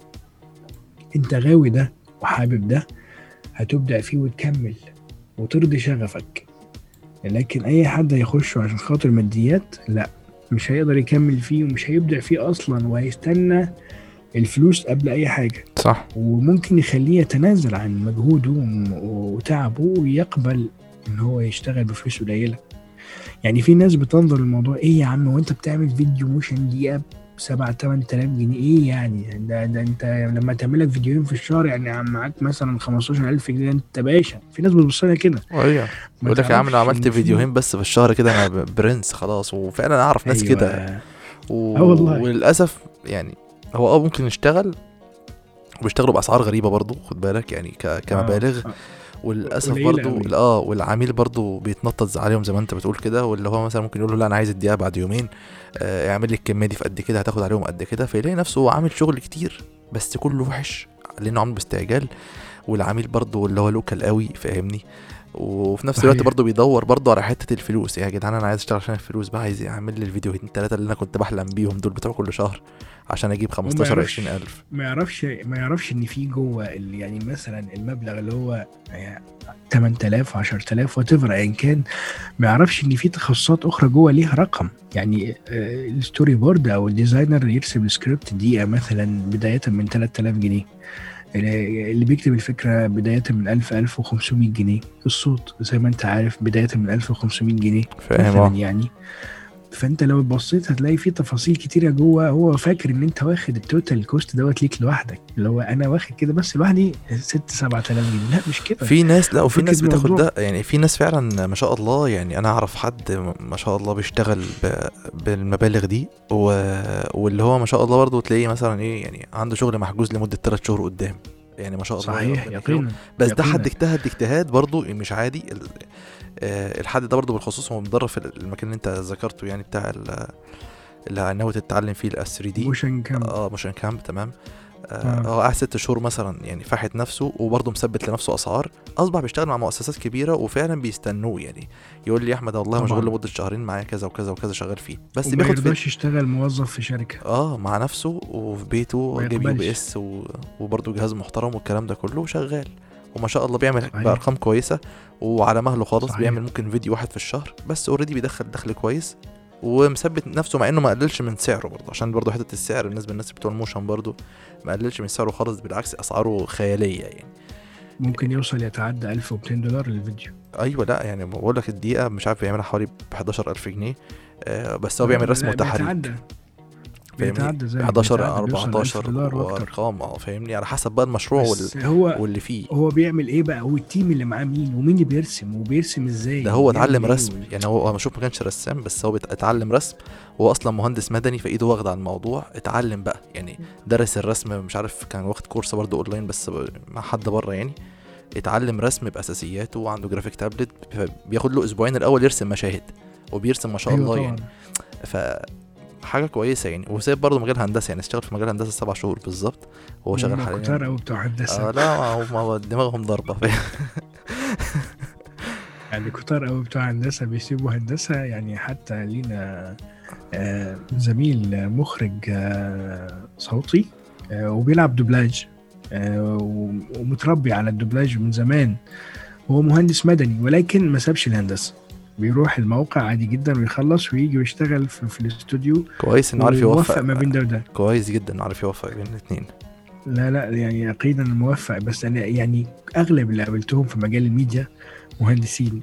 انت غاوي ده وحابب ده، هتبدع فيه وتكمل وترضي شغفك. لكن اي حد هيخشه عشان خاطر ماديات، لا، مش هيقدر يكمل فيه ومش هيبدع فيه اصلا، وهيستنى الفلوس قبل اي حاجة، صح. وممكن يخليه يتنازل عن مجهوده وم- وتعبه ويقبل ان هو يشتغل بفلوس قليلة. يعني في ناس بتنظر الموضوع ايه يا عم، وانت بتعمل فيديو موشن دقيقة سبعة تمن تلاف جنيه، ايه يعني ده, ده انت لما تعمل لك فيديوهين في الشهر يعني عم معاك مثلا خمستاشر ألف جنيه، انت باشا. في ناس بتبص لها كده، ايوه ما يقول لك يا عم لو تعرفش عملت إن في- فيديوهين بس في الشهر كده انا ب- برنس خلاص. وفعلا اعرف ناس أيوة. كده و... اه والله. وللاسف يعني هو اه ممكن يشتغل وبيشتغلوا باسعار غريبه برضو، خد بالك يعني ك... كمبالغ. آه. وللاسف قليلة برضو أوي. اه والعميل برضو بيتنطط عليهم زي ما انت بتقول كده، واللي هو مثلا ممكن يقول له لا انا عايز الدقيقه بعد يومين، آه اعمل لي الكميه دي في قد كده، هتاخد عليهم قد كده. فيلاقي نفسه هو عامل شغل كتير بس كله وحش لانه عامل باستعجال. والعميل برضو اللي هو لوكال قوي، فاهمني؟ وفي نفس الوقت صحيح. برضو بيدور برضو على حته الفلوس. يا جدعان انا عايز اشتغل عشان الفلوس بقى، عايز يعمل لي الفيديوهين الثلاثه اللي انا كنت بحلم بيهم دول بتوع كل شهر عشان اجيب خمستاشر يعرفش- عشرين الف. ما يعرفش ما يعرفش ان في جوه ال- يعني مثلا المبلغ اللي هو يعني تمن تلاف عشرة آلاف وات ايفر ايا كان، ما يعرفش ان في تخصصات اخرى جوه ليها رقم. يعني آه، الستوري بورد او الديزاينر يرسم السكريبت دقيقه مثلا بدايه من ثلاثة آلاف جنيه، اللي بيكتب الفكره بدايه من ألف ألف وخمسمية جنيه، الصوت زي ما انت عارف بدايه من ألف وخمسمية جنيه فاهم مثلا اه. يعني. فانت لو بصيت هتلاقي في تفاصيل كتيره جوه. هو فاكر ان انت واخد التوتال كوست دوت ليك لوحدك، اللي هو انا واخد كده بس لوحدي ستة سبعة آلاف جنيه. لا مش كده. في ناس لا وفي وفكرة ناس بتاخد الموضوع- ده يعني. في ناس فعلا ما شاء الله يعني. انا اعرف حد ما شاء الله بيشتغل ب... بالمبالغ دي و... واللي هو ما شاء الله برضه تلاقيه مثلا ايه يعني عنده شغل محجوز لمده ثلاث شهور قدام، يعني ما شاء الله. صحيح ربنا يكرمه. يقينا. بس ده يقينا. حد اجتهد اجتهاد برضه مش عادي. ال... آه، الحد ده برضه بالخصوص هو متدرب في المكان اللي انت ذكرته يعني بتاع ال... اللي ناوي تتعلم فيه ال ثري دي موشن كام. اه موشن كامب. تمام. آه. اه قاعد ست شهور مثلا يعني فاحت نفسه وبرضه مثبت لنفسه اسعار. اصبح بيشتغل مع مؤسسات كبيره وفعلا بيستنوه يعني. يقول لي يا احمد والله طبعاً. مشغول لمده شهرين معايا كذا وكذا وكذا شغال فيه، بس وما بياخد في يرضاش يشتغل موظف في شركه. اه مع نفسه وفي بيته ما جايب يو بي يقبلش. اس و... وبرضه جهاز محترم والكلام ده كله شغال. وما شاء الله بيعمل صحيح. بارقام كويسه وعلى مهله خالص. صحيح. بيعمل ممكن فيديو واحد في الشهر بس اوريدي بيدخل دخل كويس ومثبت نفسه، مع انه ما قللش من سعره برضه. عشان برضه حته السعر بالنسبه للناس بتوع الموشن برضه ما قللش من سعره خالص، بالعكس اسعاره خياليه يعني. ممكن يوصل يتعدى ألف ومئتين دولار للفيديو. ايوه لا يعني بقول لك الدقيقه مش عارف بيعملها حوالي ب حداشر ألف جنيه. آه بس هو بيعمل رسم لا، وتحريك، بيتعدى فاهمني؟ بيتعدى زي حداشر بيتعدى، بيوصل ألف أربعتاشر دولار واكتر. وارقام اه فاهمني على حسب بقى المشروع وال... بس هو واللي فيه. هو بيعمل ايه بقى، والتيم اللي معاه مين ومين اللي بيرسم وبيرسم ازاي. ده هو بيعمل اتعلم إيه رسم يعني. هو هو شوف ما كانش رسام بس هو بيت- اتعلم رسم. هو اصلا مهندس مدني فايده واخده على الموضوع. اتعلم بقى يعني درس الرسم، مش عارف كان واخد كورس برضه اونلاين بس ب- مع حد بره يعني. اتعلم رسم باساسياته وعنده جرافيك تابلت. بياخد له اسبوعين الاول يرسم مشاهد وبيرسم ما شاء أيوة الله طبعاً. يعني. ف حاجه كويسه يعني. وسايب برضه مجال هندسه يعني، اشتغل في مجال هندسه سبع شهور بالظبط. هو شغال هم كتار حاليا. قوي بتوع هندسه. اه لا ما هو ما هو دماغهم ضربه. يعني كتار قوي بتوع هندسه بيسيبوا هندسه. يعني حتى لينا آه زميل مخرج آه صوتي آه وبيلعب دوبلاج آه ومتربي على الدوبلاج من زمان. هو مهندس مدني ولكن ما سابش الهندسة، بيروح الموقع عادي جدا ويخلص ويجي ويشتغل في, في الاستوديو. كويس انه عارف يوفق ما بين ده وده. كويس جدا انه عارف يوفق بين الاثنين. لا لا يعني يقينا موفق، بس انا يعني اغلب اللي قابلتهم في مجال الميديا مهندسين.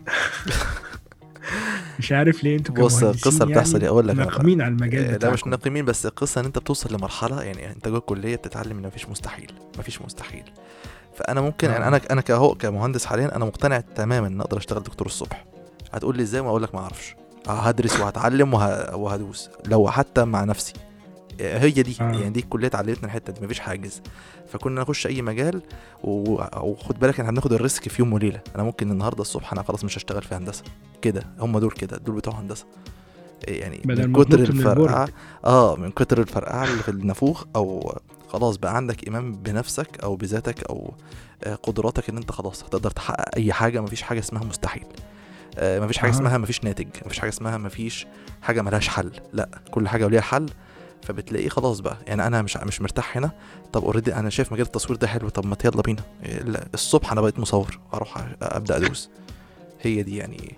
مش عارف ليه انتوا كمهندسين. بص القصه بتحصل يعني اقول لك ناقمين على المجال بتاعكم. لا مش ناقمين، بس القصه ان انت بتوصل لمرحله يعني انت جوه الكليه بتتعلم ان مفيش مستحيل، مفيش مستحيل. فانا ممكن آه. يعني انا انا كهو كمهندس حاليا انا مقتنع تماما ان اقدر اشتغل دكتور الصبح. هتقول لي ازاي؟ ما اقول لك ما اعرفش، هدرس وهتعلم وه... وهدوس لو حتى مع نفسي. هي دي آه. يعني دي الكليه علمتنا الحته دي، مفيش حاجز. فكنا نخش اي مجال و... وخد بالك احنا هناخد الريسك في يوم وليله. انا ممكن النهارده الصبح انا خلاص مش هشتغل في هندسه كده، هم دول كده دول بتوع هندسه يعني من كتر الفرقعه اه من كتر الفرقعه اللي في النافوخ، او خلاص بقى عندك ايمان بنفسك او بذاتك او قدراتك ان انت خلاص هتقدر تحقق اي حاجه. مفيش حاجه اسمها مستحيل، آه مفيش حاجه آه. اسمها مفيش ناتج، مفيش حاجه اسمها مفيش حاجه ملهاش حل. لا كل حاجه وليها حل. فبتلاقيه خلاص بقى يعني انا مش مش مرتاح هنا، طب اوريدي انا شايف مجال التصوير ده حلو، طب ما يلا بينا الصبح انا بقيت مصور اروح ابدا ادوس. هي دي يعني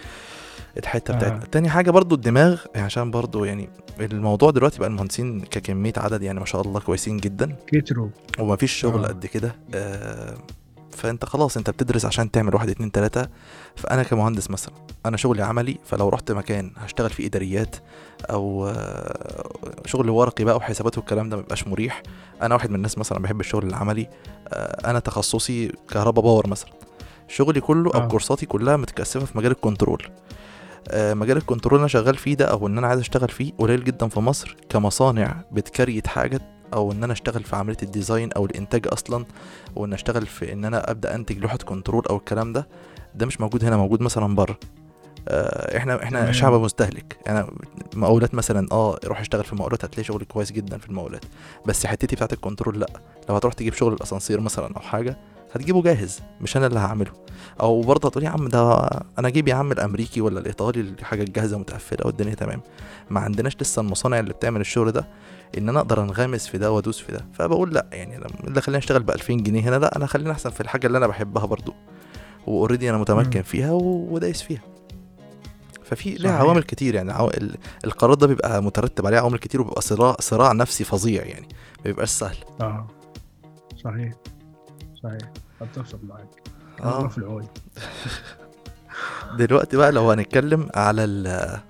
الحته آه. بتاعتنا. تاني حاجه برضو الدماغ، عشان برضو يعني الموضوع دلوقتي بقى المهندسين ككميه عدد يعني ما شاء الله كويسين جدا كتروا وما فيش شغل آه. قد كده. آه فانت خلاص انت بتدرس عشان تعمل واحد اتنين تلاتة. فانا كمهندس مثلا انا شغلي عملي، فلو رحت مكان هشتغل في اداريات او شغل ورقي بقى وحسابات والكلام ده مبقاش مريح. انا واحد من الناس مثلا بحب الشغل العملي. انا تخصصي كهرباء باور مثلا، شغلي كله او كورساتي كلها متكثفه في مجال الكنترول. مجال الكنترول انا شغال فيه ده او ان انا عايز اشتغل فيه قليل جدا في مصر كمصانع بتكريت حاجه، او ان انا اشتغل في عمليه الديزاين او الانتاج اصلا، وان اشتغل في ان انا ابدا انتج لوحه كنترول او الكلام ده. ده مش موجود هنا، موجود مثلا بره. آه احنا احنا شعب مستهلك. انا يعني مقاولات مثلا اه روح اشتغل في مقاولات هتلاقي شغل كويس جدا في المقاولات، بس حتتي بتاعه الكنترول لا. لو هتروح تجيب شغل الاسانسير مثلا او حاجه هتجيبه جاهز مش انا اللي هعمله. او برضه هتقول يا عم ده انا اجيب يا عم الامريكي ولا الايطالي حاجه جاهزه متقفله والدنيا تمام. ما عندناش لسه المصانع اللي بتعمل الشغل ده ان انا اقدر انغمس في ده وادوس في ده. فبقول لا يعني اللي خليني اشتغل ب ألفين جنيه هنا، لا انا خليني احسن في الحاجه اللي انا بحبها برضه واوريدي انا متمكن فيها ودايس فيها. ففي لها عوامل كتير يعني عو... القرار ده بيبقى مترتب عليه عوامل كتير وبيبقى صراع صراع نفسي فظيع يعني ما بيبقاش سهل. اه صحيح صحيح اتفق معاك. اه في العود. دلوقتي بقى لو هنتكلم على ال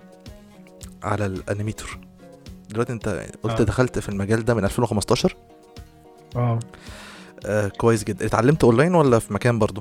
على الانيميتور، دلوقتي انت قلت آه. دخلت في المجال ده من ألفين وخمستاشر. اه آه كويس جدا. اتعلمت اونلاين ولا في مكان برضو؟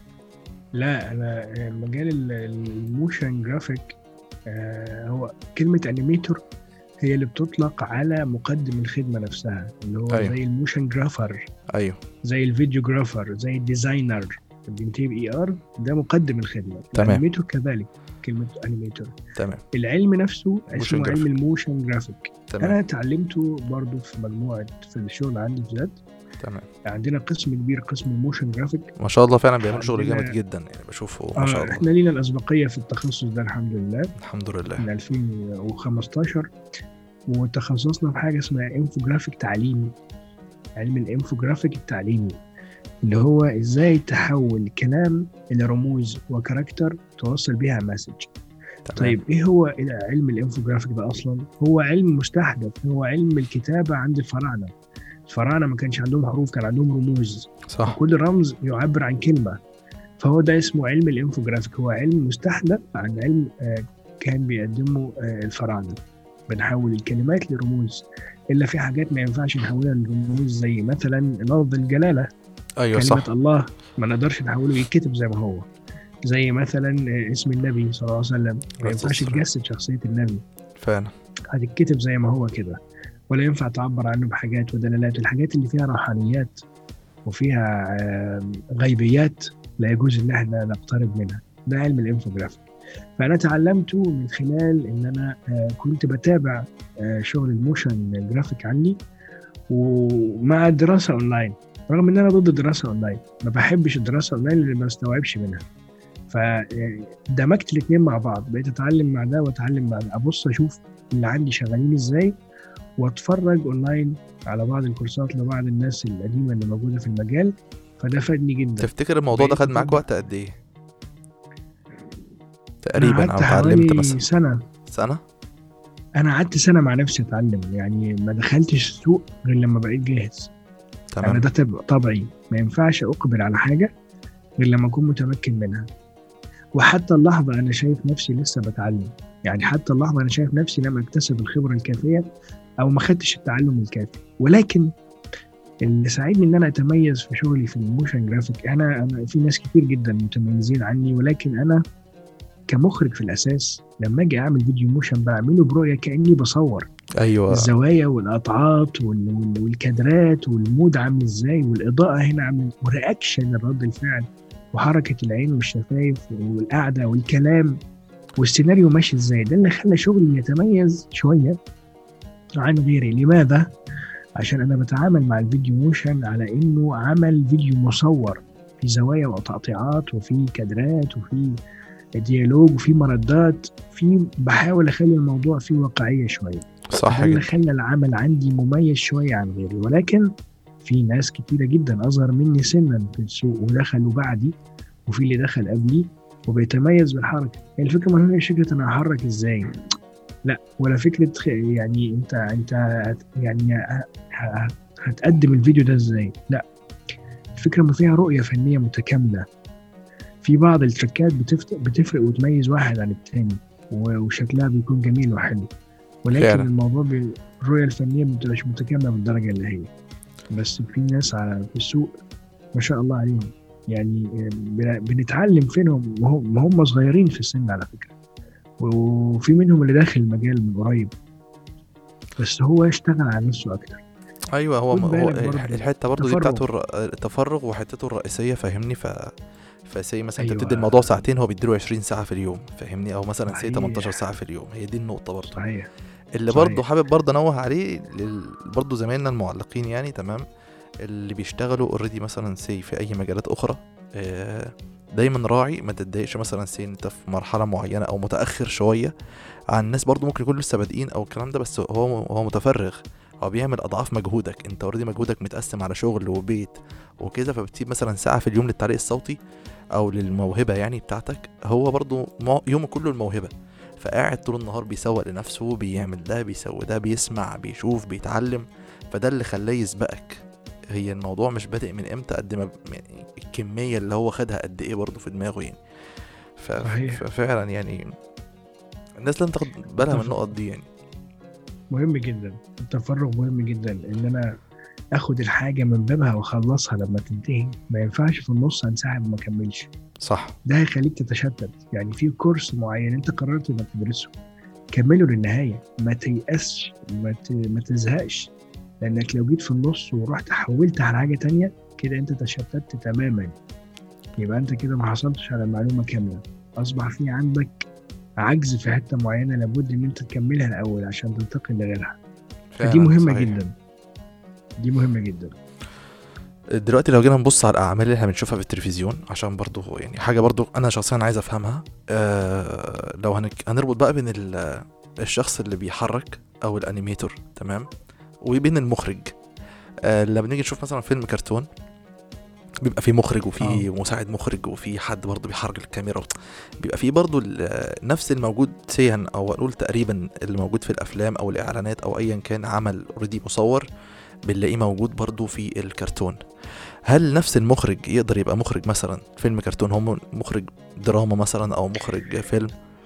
لا انا مجال الموشن جرافيك آه هو كلمه انيميتور هي اللي بتطلق على مقدم الخدمه نفسها اللي هو أيوه. زي الموشن جرافر، ايوه زي الفيديو جرافر، زي الديزاينر بينتهي باي ار، ده مقدم الخدمه. الانيميتور كذلك كلمه انيميتور. تمام. العلم نفسه اسمه علم الموشن جرافيك. تمام. انا اتعلمته برضو في مجموعه في الشغل عندي في ذات. تمام. عندنا قسم كبير قسم الموشن جرافيك ما شاء الله فعلا بيعمل شغل جامد جدا يعني بشوفه ما شاء الله. احنا لينا الاسبقيه في التخصص ده الحمد لله الحمد لله من ألفين وخمستاشر، وتخصصنا في حاجه اسمها انفوجرافيك تعليمي. علم الانفوجرافيك التعليمي اللي هو ازاي تحول كلام الى رموز وكاركتر توصل بيها مسج. طيب ايه هو علم الانفوجرافيك ده اصلا؟ هو علم مستحدث، هو علم الكتابه عند الفراعنه. الفراعنه ما كانش عندهم حروف، كان عندهم رموز. صح. كل رمز يعبر عن كلمه، فهو ده اسمه علم الانفوجرافيك. هو علم مستحدث عن علم كان بيقدمه الفراعنه. بنحول الكلمات لرموز، الا في حاجات ما ينفعش نحولها لرموز زي مثلا لفظ الجلاله. ايوه كلمه صح. الله ما نقدرش نحوله يتكتب زي ما هو. زي مثلا اسم النبي صلى الله عليه وسلم ما ينفعش تجسد شخصيه النبي فعلا، هتتكتب زي ما هو كده، ولا ينفع تعبر عنه بحاجات ودلالات. الحاجات اللي فيها روحانيات وفيها غيبيات لا يجوز ان احنا نقترب منها. ده علم الانفوجرافيك. فانا تعلمته من خلال ان انا كنت بتابع شغل الموشن جرافيك عني ومع الدراسه اونلاين، رغم ان انا ضد الدراسه اونلاين، ما بحبش الدراسه اونلاين اللي ما استوعبش منها. فدمجت الاثنين مع بعض، بقيت اتعلم مع ده واتعلم مع ده، ابص اشوف اللي عندي شغالين ازاي، واتفرج اونلاين على بعض الكورسات لبعض الناس القديمه اللي موجوده في المجال. فده فادني جدا. تفتكر الموضوع ده خد معاك وقت قد ايه تقريبا، او قعدت اتعلمت حوالي مثلا سنه. سنه؟ انا قعدت سنه مع نفسي اتعلم، يعني ما دخلتش السوق غير لما بقيت جاهز. تمام. انا ده تب- طبعي، ما ينفعش اقبل على حاجه غير لما اكون متمكن منها. وحتى اللحظه انا شايف نفسي لسه بتعلم، يعني حتى اللحظه انا شايف نفسي لم اكتسب الخبره الكافيه او ما خدتش التعلم الكافي. ولكن اللي ساعدني ان انا اتميز في شغلي في الموشن جرافيك، انا انا في ناس كتير جدا متميزين عني، ولكن انا كمخرج في الاساس لما اجي اعمل فيديو موشن بعمله برؤيه كاني بصور. ايوه، الزوايا والقطعات وال- وال- والكادرات والمود عامل ازاي، والاضاءه هنا عامل، ورياكشن الرد الفعل، وحركه العين والشفايف والقعده والكلام، والسيناريو ماشي ازاي. ده اللي خلى شغلي يتميز شويه عن غيري. لماذا؟ عشان انا بتعامل مع الفيديو موشن على انه عمل فيديو مصور في زوايا وتقطيعات وفي كادرات وفي ديالوج وفي مردات، في بحاول اخلي الموضوع فيه واقعيه شويه. صح ده اللي جدا. خلى العمل عندي مميز شويه عن غيري. ولكن في ناس كتيره جدا اصغر مني سنا في السوق ودخلوا بعدي، وفي اللي دخل قبلي وبيتميز بالحركه. هي الفكره ما هي فكره انا احرك ازاي، لا، ولا فكره خ- يعني انت انت هت- يعني ه- ه- هتقدم الفيديو ده ازاي، لا. الفكره ما فيها رؤيه فنيه متكامله. في بعض التركات بتفت- بتفرق وتميز واحد عن التاني، و- وشكلها بيكون جميل وحلو. ولكن فعلا. الموضوع بالرؤيه الفنيه ما بتبقاش متكامله بالدرجه اللي هي. بس في ناس على في السوق ما شاء الله عليهم، يعني بن- بنتعلم فينهم وهم هم صغيرين في السن على فكره. وفي منهم اللي داخل المجال من قريب، بس هو اشتغل على نفسه اكتر. ايوه، هو خد هو بالك الح- برضه الحته برضو دي تفرغ. بتاعته الر- التفرغ وحتته الرئيسيه، فاهمني؟ ف فسي مثلا انت أيوة. بتدي الموضوع ساعتين، هو بيديله عشرين ساعه في اليوم، فاهمني؟ او مثلا سي صحيح. تمنتاشر ساعه في اليوم. هي دي النقطه برضو صحيح. اللي صحيح. برضو حابب برضو انوه عليه لل... برضو زمايلنا المعلقين، يعني تمام، اللي بيشتغلوا اوريدي مثلا سي في اي مجالات اخرى. آه، دايما راعي ما تتضايقش مثلا سي انت في مرحله معينه او متاخر شويه عن الناس برضو ممكن يكونوا لسه بادئين او الكلام ده، بس هو هو متفرغ، هو بيعمل اضعاف مجهودك. انت اوريدي مجهودك متقسم على شغل وبيت وكذا، فبتسيب مثلا ساعه في اليوم للتعليق الصوتي او للموهبه يعني بتاعتك. هو برضو مو- يومه كله الموهبه، فقاعد طول النهار بيسوق لنفسه، بيعمل ده بيسوي ده، بيسمع بيشوف بيتعلم. فده اللي خلاه يسبقك. هي الموضوع مش بادئ من امتى قد ما يعني الكميه اللي هو خدها قد ايه برضو في دماغه يعني. ف... صحيح. ففعلا يعني الناس لازم تاخد بالها من النقط دي يعني. مهم جدا التفرغ، مهم جدا ان انا اخد الحاجه من بابها واخلصها لما تنتهي. ما ينفعش في النص انسحب وما اكملش. صح. ده هيخليك تتشتت. يعني في كورس معين انت قررت انك تدرسه، كمله للنهايه، ما تيأسش، ما ت... ما تزهقش. لانك لو جيت في النص ورحت حولت على حاجه تانية كده انت تشتت تماما. يبقى انت كده ما حصلتش على معلومه كامله، اصبح في عندك عجز في حته معينه، لابد ان انت تكملها الاول عشان تنتقل لغيرها. فدي مهمه صحيح. جدا. دي مهمه جدا. دلوقتي لو جينا نبص على الاعمال اللي احنا بنشوفها في التلفزيون، عشان برضو يعني حاجه برضو انا شخصيا عايز افهمها. آه لو هنك... هنربط بقى بين ال... الشخص اللي بيحرك او الانيميتور، تمام، وبين المخرج. آه لما بنيجي نشوف مثلا فيلم كرتون، بيبقى فيه مخرج وفيه آه. مساعد مخرج وفيه حد برضو بيحرك الكاميرا، بيبقى فيه برضو نفس الموجود سيهن او نقول تقريبا اللي موجود في الافلام او الاعلانات او ايا كان عمل اوريدي مصور، بنلاقيه موجود برضو في الكرتون. هل نفس المخرج يقدر يبقى مخرج مثلا فيلم كرتون، هم مخرج دراما مثلا او مخرج فيلم؟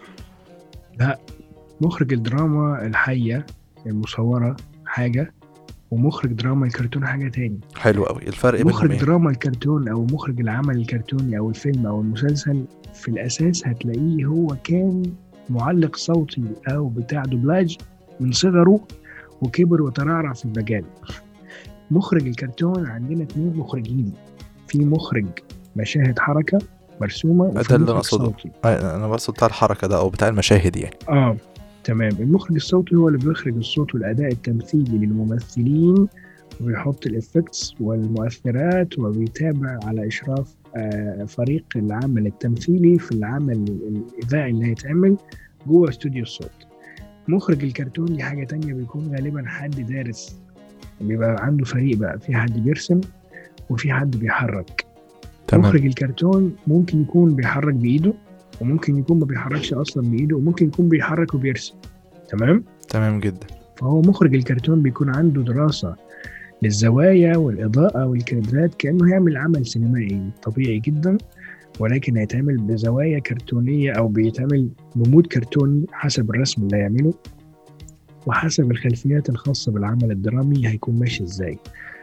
لا، مخرج الدراما الحية المصورة حاجة، ومخرج دراما الكرتون حاجة تاني. حلو قوي. الفرق بينهم مخرج ايه؟ دراما الكرتون او مخرج العمل الكرتوني او الفيلم او المسلسل في الاساس هتلاقيه هو كان معلق صوتي او بتاع دوبلاج من صغره وكبر وترعرع في المجال. مخرج الكرتون عندنا اتنين مخرجين، في مخرج مشاهد حركة مرسومة ده وفي اللي انا مخرج اقصده. صوتي. انا بقصد بتاع الحركه ده او بتاع المشاهد يعني. اه تمام. المخرج الصوتي هو اللي بيخرج الصوت والاداء التمثيلي للممثلين، وبيحط الافكتس والمؤثرات، وبيتابع على اشراف آه فريق العمل التمثيلي في العمل الاذاعي اللي هيتعمل جوه استوديو الصوت. مخرج الكرتون دي حاجة تانية، بيكون غالبا حد دارس، بيبقى عنده فريق بقى، في حد بيرسم وفي حد بيحرك. تمام. مخرج الكرتون ممكن يكون بيحرك بإيده، وممكن يكون ما بيحركش أصلا بإيده، وممكن يكون بيحرك وبيرسم. تمام تمام جدا. فهو مخرج الكرتون بيكون عنده دراسة للزوايا والإضاءة والكادرات، كأنه يعمل عمل سينمائي طبيعي جدا، ولكن هيتعمل بزوايا كرتونية أو بيتعمل بمود كرتوني حسب الرسم اللي هيعمله، وحسب الخلفيات الخاصة بالعمل الدرامي هيكون ماشي إزاي.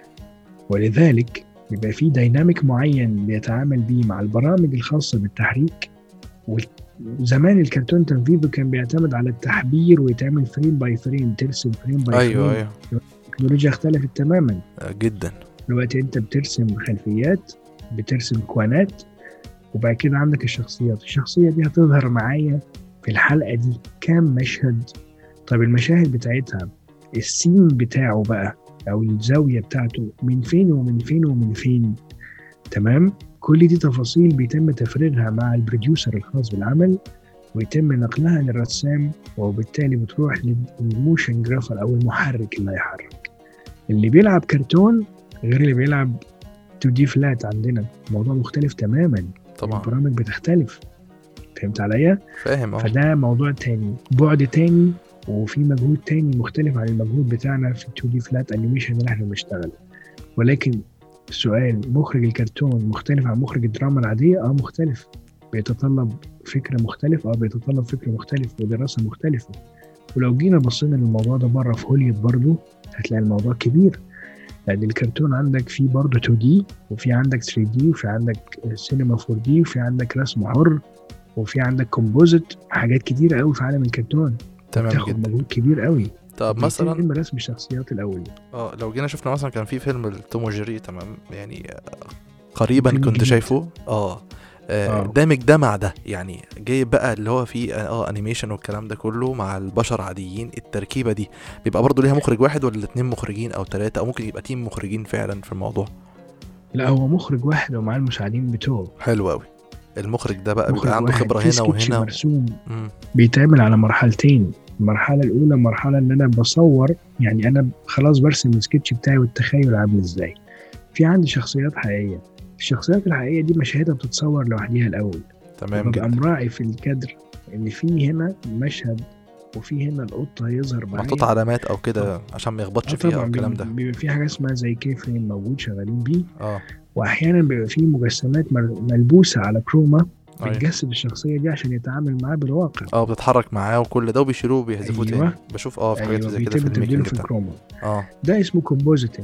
ولذلك بيبقى فيه دايناميك معين بيتعامل بيه مع البرامج الخاصة بالتحريك. وزمان الكرتون تنفيذه كان بيعتمد على التحبير ويتعمل فريم باي فريم، ترسم فريم باي أيوة فريم. أيوة التكنولوجيا اختلفت تماما جدا. دلوقتي انت بترسم خلفيات، بترسم كوانات، وبعد كده عندك الشخصيات. الشخصية دي هتظهر معايا في الحلقة دي كام مشهد. طيب المشاهد بتاعتها السين بتاعه بقى او الزاوية بتاعته من فين ومن فين ومن فين. تمام. كل دي تفاصيل بيتم تفريغها مع البروديوسر الخاص بالعمل، ويتم نقلها للرسام، وبالتالي بتروح للموشن جرافر او المحرك اللي هيحرك. اللي بيلعب كرتون غير اللي بيلعب تو دي فلات، عندنا موضوع مختلف تماما طبعا. البرامج بتختلف. فهمت عليا؟ فاهم. أوه. فده موضوع تاني، بعد تاني، وفي مجهود تاني مختلف عن المجهود بتاعنا في تو دي فلات انيميشن اللي احنا بنشتغل. ولكن السؤال، مخرج الكرتون مختلف عن مخرج الدراما العادية؟ اه مختلف، بيتطلب فكرة مختلفة، اه بيتطلب فكرة مختلفة ودراسة مختلفة. ولو جينا بصينا للموضوع ده بره في هوليوود برضو هتلاقي الموضوع كبير، لأن الكرتون عندك فيه برضو تو دي، وفي عندك ثري دي، وفي عندك سينما فور دي، وفي عندك رسم حر، وفي عندك كومبوزيت، حاجات كتير قوي في عالم الكرتون. تمام تاخد جدا. مجهود كبير قوي. طب مثلا فيلم رسم الشخصيات الأول اه لو جينا شفنا مثلا كان في فيلم توم وجيري، تمام، يعني قريبا فيلم كنت جديد. شايفه اه آه، آه. دامج ده مع ده، يعني جايب بقى اللي هو فيه اه انيميشن والكلام ده كله مع البشر عاديين. التركيبة دي بيبقى برضو ليها مخرج واحد ولا اتنين مخرجين او ثلاثة، او ممكن يبقى تيم مخرجين فعلا في الموضوع؟ لا، هو مخرج واحد ومعاه المساعدين بتوعه. حلو قوي. المخرج ده بقى مخرج بيبقى عنده واحد خبرة في هنا سكتش وهنا. مرسوم مم. بيتعمل على مرحلتين. المرحلة الأولى مرحلة إن أنا بصور، يعني أنا خلاص برسم السكتش بتاعي والتخيل عامل إزاي. في عندي شخصيات حقيقية، الشخصيات الحقيقية دي مشاهدها بتتصور لوحديها الأول. تمام ببقى جدا. مراعي في الكادر إن في هنا مشهد وفي هنا القطة هيظهر معايا، محطوط علامات او كده عشان ما يخبطش آه فيها طبعا. او الكلام ده. بيبقى في حاجة اسمها زي كي فريم موجود شغالين بيه، اه وأحيانا بيبقى في مجسمات مل- ملبوسة على كروما أيوة. بتجسد الشخصية دي عشان يتعامل معاه بالواقع. اه بتتحرك معاه وكل ده وبيشيلوه وبيحذفوه أيوة. تاني. بشوف اه في حاجات أيوة، زي كده بيتم في تبديله الميكنج في بتاع. الكروما. اه ده اسمه كومبوزيتنج.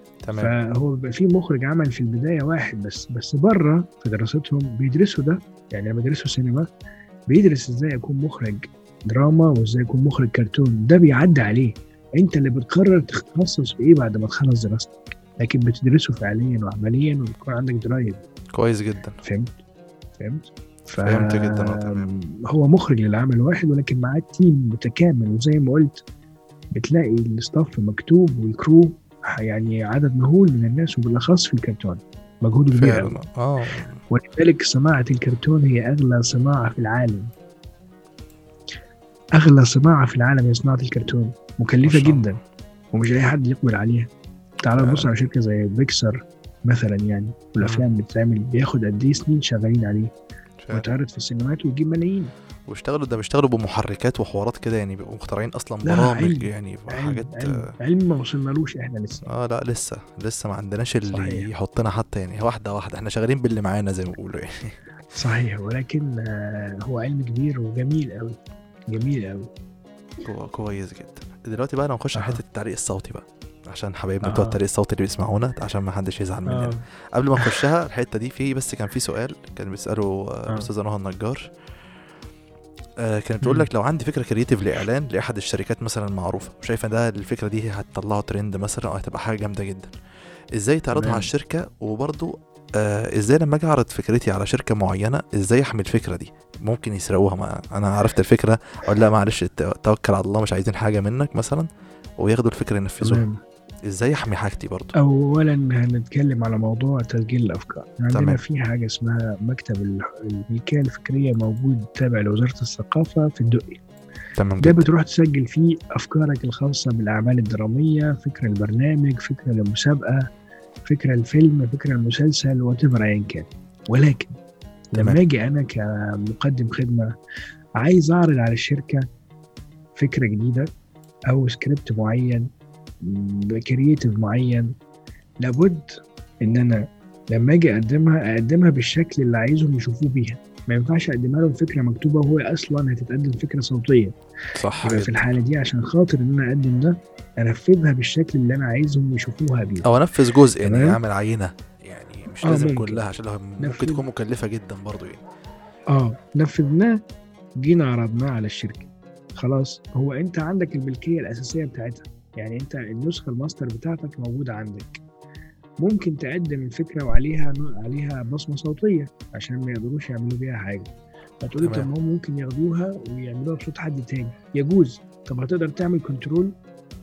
تمام. فهو بيبقى في مخرج عمل في البداية واحد بس، بس بره في دراستهم بيدرسوا ده. يعني لما بيدرسوا سينما بيدرس ازاي يكون مخرج دراما وازاي يكون مخرج كرتون. ده بيعدي عليه، انت اللي بتقرر تتخصص في ايه بعد ما تخلص دراستك، لكن بتدرسه فعليا وعمليا وبيكون عندك درايف. كويس جدا. فهمت فهمت ف... فهمت جدا. اه تمام. هو مخرج للعمل واحد، ولكن معاه تيم متكامل. وزي ما قلت بتلاقي الستاف مكتوب والكرو، يعني عدد مهول من الناس، وبالاخص في الكرتون مجهود كبير قوي. فعلا اه ولذلك صناعة الكرتون هي أغلى صناعة في العالم. أغلى صناعة في العالم هي صناعة الكرتون، مكلفة ما شاء الله. جدا ومش أي حد يقبل عليها. تعال فعلا. نبص على شركة زي بيكسر مثلا، يعني والأفلام بتتعمل بياخد قد إيه سنين شغالين عليه، فعلا. وتعرض في السينمات ويجيب ملايين. واشتغلوا ده بيشتغلوا بمحركات وحوارات كده، يعني بيبقوا مخترعين اصلا لا، برامج علم. يعني علم حاجات. علم, علم ما وصلنالوش إحنا لسه. اه لا لسه لسه ما عندناش اللي صحيح. يحطنا حتى، يعني واحدة واحدة احنا شغالين باللي معانا زي ما بيقولوا يعني. صحيح، ولكن آه هو علم كبير وجميل قوي، جميل قوي. كو- كويس جدا. دلوقتي بقى نخش على أها. حتة التعليق الصوتي بقى، عشان حبايبنا أها. بتوع التعليق الصوتي اللي بيسمعونا، عشان ما حدش يزعل مننا. آه. قبل ما نخشها الحتة دي، في بس كان في سؤال كان بيسأله آه، آه. الأستاذة نهى النجار. آه كانت بتقول لك لو عندي فكرة كرياتيف لإعلان لأحد الشركات مثلا معروفة، وشايفة ده الفكرة دي هتطلعه ترند مثلا أو هتبقى حاجة جامدة جدا، إزاي تعرضها تمام. على الشركة؟ وبرضو آه إزاي لما أجي أعرض فكرتي على شركة معينة إزاي أحمي الفكرة دي؟ ممكن يسرقوها، ما أنا عرفت الفكرة أقول لا معلش ت- توكل على الله، مش عايزين حاجة منك مثلا، وياخدوا الفكرة ينفذوها. تمام. إزاي أحمي حاجتي برضو؟ أولا هنتكلم على موضوع تسجيل الأفكار. عندنا تمام. في حاجة اسمها مكتب ال- الملكية الفكرية موجود تابع لوزارة الثقافة في الدقي. تمام ده جدا. بتروح تسجل فيه افكارك الخاصه بالاعمال الدراميه، فكره البرنامج، فكره المسابقه، فكره الفيلم، فكره المسلسل، واتيفر ايا كان. ولكن تمام. لما اجي انا كمقدم خدمه عايز اعرض على الشركه فكره جديده او سكريبت معين بكرييتيف معين، لابد ان انا لما اجي اقدمها اقدمها بالشكل اللي عايزهم يشوفوه بيها. ما ينفعش اقدمها لهم فكره مكتوبه وهو اصلا هتتقدم فكره صوتيه. صح يبقى جدا. في الحاله دي عشان خاطر ان انا اقدم ده انفذها بالشكل اللي انا عايزهم يشوفوها بيه. او انفذ جزء يعني، تمام؟ اعمل عينه يعني، مش اه لازم ممكن كلها عشان لو ممكن نفذ. تكون مكلفه جدا برضو يعني. اه نفذناه، جينا عرضناه على الشركه، خلاص هو انت عندك الملكيه الاساسيه بتاعتها، يعني انت النسخه الماستر بتاعتك موجوده عندك. ممكن تقدم الفكره وعليها عليها بصمه صوتيه عشان ما يقدروش يعملوا بيها حاجه، فتقولي طب تمام. ما هم ممكن ياخدوها ويعملوها بصوت حد تاني، يجوز. طب هتقدر تعمل كنترول؟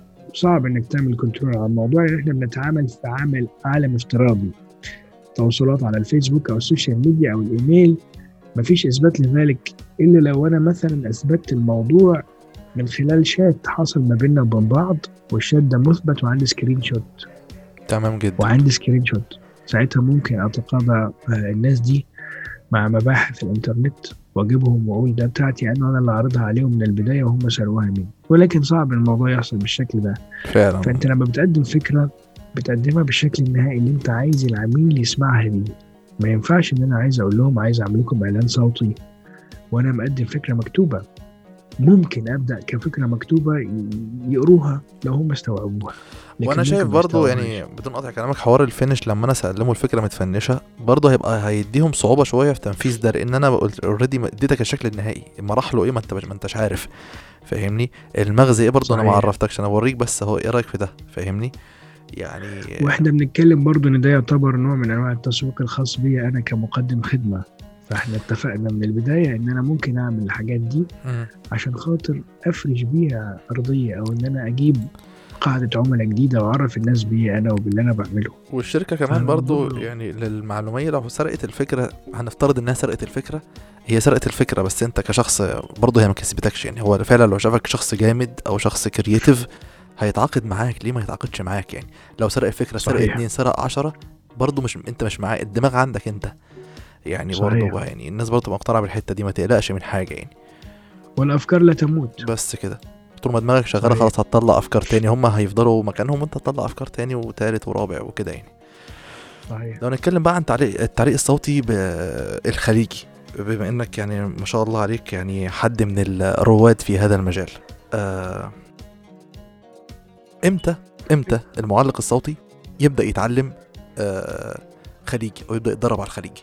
صعب انك تعمل كنترول على الموضوع، لان احنا بنتعامل في عمل عالم افتراضي، تواصلات على الفيسبوك او السوشيال ميديا او الايميل. مفيش اثبات لذلك الا لو انا مثلا اثبتت الموضوع من خلال شات حصل ما بيننا وبين بعض، والشات ده مثبت وعندي سكرين شوت. تمام جدا. وعندي سكرين شوت ساعتها ممكن اتقاضى الناس دي مع مباحث الانترنت واجيبهم واقول ده بتاعتي انا، انا اللي عارضها عليهم من البدايه وهم سرقوها مني. ولكن صعب الموضوع يحصل بالشكل ده فعلا. فانت لما بتقدم فكره بتقدمها بالشكل النهائي اللي انت عايز العميل يسمعها بيه. ما ينفعش ان انا عايز اقول لهم عايز اعمل لكم اعلان صوتي وانا مقدم فكره مكتوبه. ممكن ابدا كفكره مكتوبه يقروها لو هم استوعبوها، وانا شايف برضو يعني بدون قطع كلامك حوار الفينش لما انا اسلمه الفكره متفنشه برضو هيبقى هيديهم صعوبه شويه في تنفيذ ده، لان انا قلت اوريدي اديتك الشكل النهائي، مراحله ايه ما انت ما انتش عارف، فاهمني؟ المغزى ايه برضو انا ما عرفتكش، انا بوريك بس اهو. ايه رايك في ده؟ فاهمني يعني؟ واحنا بنتكلم برضو ان ده يعتبر نوع من انواع التسويق الخاص بي انا كمقدم خدمه. فاحنا اتفقنا من البدايه ان انا ممكن اعمل الحاجات دي م. عشان خاطر افرش بيها ارضيه، او ان انا اجيب قاعده عملاء جديده واعرف الناس بي انا وباللي انا بعمله. والشركه كمان برضو يعني للمعلوميه لو سرقت الفكره، هنفترض انها سرقت الفكره، هي سرقت الفكره بس انت كشخص برضو هي ما كسبتكش يعني. هو فعلا لو شافك شخص جامد او شخص كرييتيف هيتعاقد معاك، ليه ما يتعاقدش معاك يعني؟ لو سرق الفكره، سرق اتنين، سرق عشرة، برضو مش انت مش معاه، الدماغ عندك انت يعني. برضو يعني الناس برضو مقتنعه بالحته دي، ما تقلقش من حاجه يعني. والافكار لا تموت، بس كده طول ما دماغك شغاله خلاص هتطلع افكار تاني، هم هيفضلوا مكانهم وانت تطلع افكار تاني وثالث ورابع وكده يعني. صحيح. لو نتكلم بقى عن تعليق التعليق الصوتي بالخليجي، بما انك يعني ما شاء الله عليك يعني حد من الرواد في هذا المجال، آه امتى امتى المعلق الصوتي يبدا يتعلم آه خليجي او يبدا يتدرب على الخليجي؟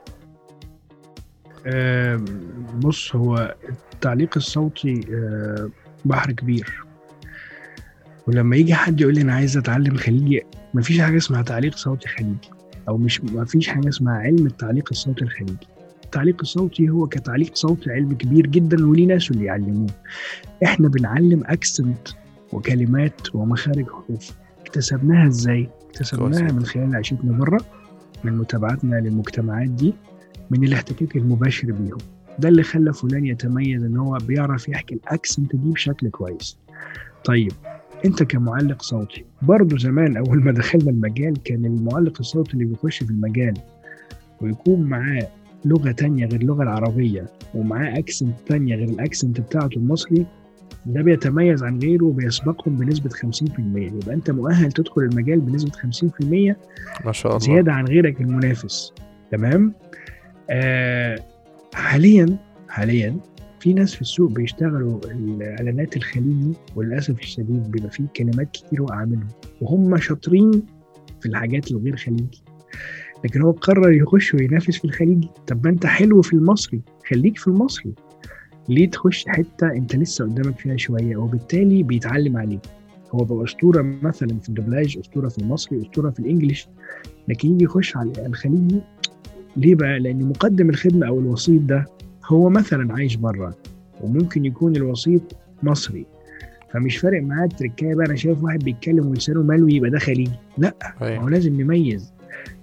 آه بص، هو التعليق الصوتي آه بحر كبير، ولما يجي حد يقول لي انا عايز اتعلم خليجي، مفيش حاجه اسمها تعليق صوتي خليجي، او مش مفيش حاجه اسمها علم التعليق الصوتي الخليجي. التعليق الصوتي هو كتعليق صوتي علم كبير جدا وليه ناس اللي يعلموه. احنا بنعلم اكسنت وكلمات ومخارج حروف. اكتسبناها ازاي؟ اكتسبناها من خلال عيشتنا بره، من متابعتنا للمجتمعات دي، من الاحتكاك المباشر بيهم. ده اللي خلى فلان يتميز ان هو بيعرف يحكي الاكسنت دي بشكل كويس. طيب انت كمعلق صوتي برضو زمان اول ما دخلنا المجال كان المعلق الصوتي اللي بيخش في المجال ويكون معاه لغة تانية غير اللغة العربية ومعاه اكسنت تانية غير الاكسنت بتاعته المصري، ده بيتميز عن غيره وبيسبقهم بنسبة خمسين في المية. يبقى انت مؤهل تدخل المجال بنسبة خمسين في المية ما شاء الله زيادة عن غيرك المنافس. تمام. آه حاليا حاليا في ناس في السوق بيشتغلوا الاعلانات الخليجي، وللاسف الشديد بيبقى فيه كلمات كتير واقعه منهم وهم شاطرين في الحاجات الغير خليجي، لكن هو قرر يخش وينافس في الخليجي. طب ما انت حلو في المصري، خليك في المصري، ليه تخش حته انت لسه قدامك فيها شويه؟ وبالتالي بيتعلم عليك. هو بقى اسطوره مثلا في الدبلاج، اسطوره في المصري، اسطوره في الانجليش، لكن يجي يخش على الخليجي ليه بقى؟ لان مقدم الخدمه او الوسيط ده هو مثلا عايش بره، وممكن يكون الوسيط مصري، فمش فارق معاه التركايه بقى انا شايف واحد بيتكلم ولسانه ملوي يبقى ده خليجي. لا، هو لازم نميز.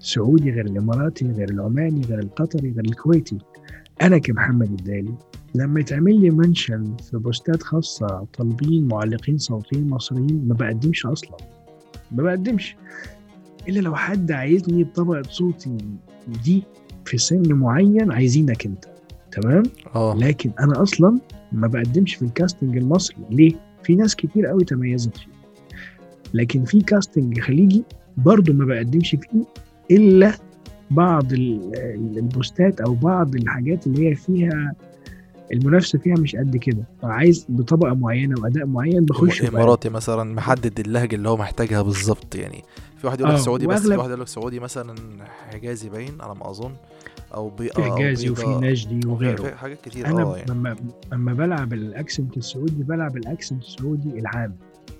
السعودي غير الاماراتي غير العماني غير القطري غير الكويتي. انا كمحمد الدالي لما يتعمل لي منشن في بوستات خاصه طالبين معلقين صوتيين مصريين ما بقدمش اصلا، ما بقدمش الا لو حد عايزني بطبقه صوتي دي في سن معين عايزينك انت، تمام. اه لكن انا اصلا ما بقدمش في الكاستنج المصري. ليه؟ في ناس كتير قوي تميزت فيه، لكن في كاستنج خليجي برضو ما بقدمش فيه الا بعض البوستات او بعض الحاجات اللي هي فيها المنافسه فيها مش قد كده، عايز بطبقه معينه واداء معين بخش. اماراتي مثلا محدد اللهجه اللي هو محتاجها بالظبط، يعني في واحد يقول لك آه سعودي بس، في وأغلب- واحد يقول لك سعودي مثلا حجازي باين على ما اظن، او بي في أو حجازي بيضاء، وفي نجدي وفي- وغيره. في حاجات كتير. انا اه يعني لما لما بلعب الاكسنت السعودي بلعب الاكسنت السعودي العام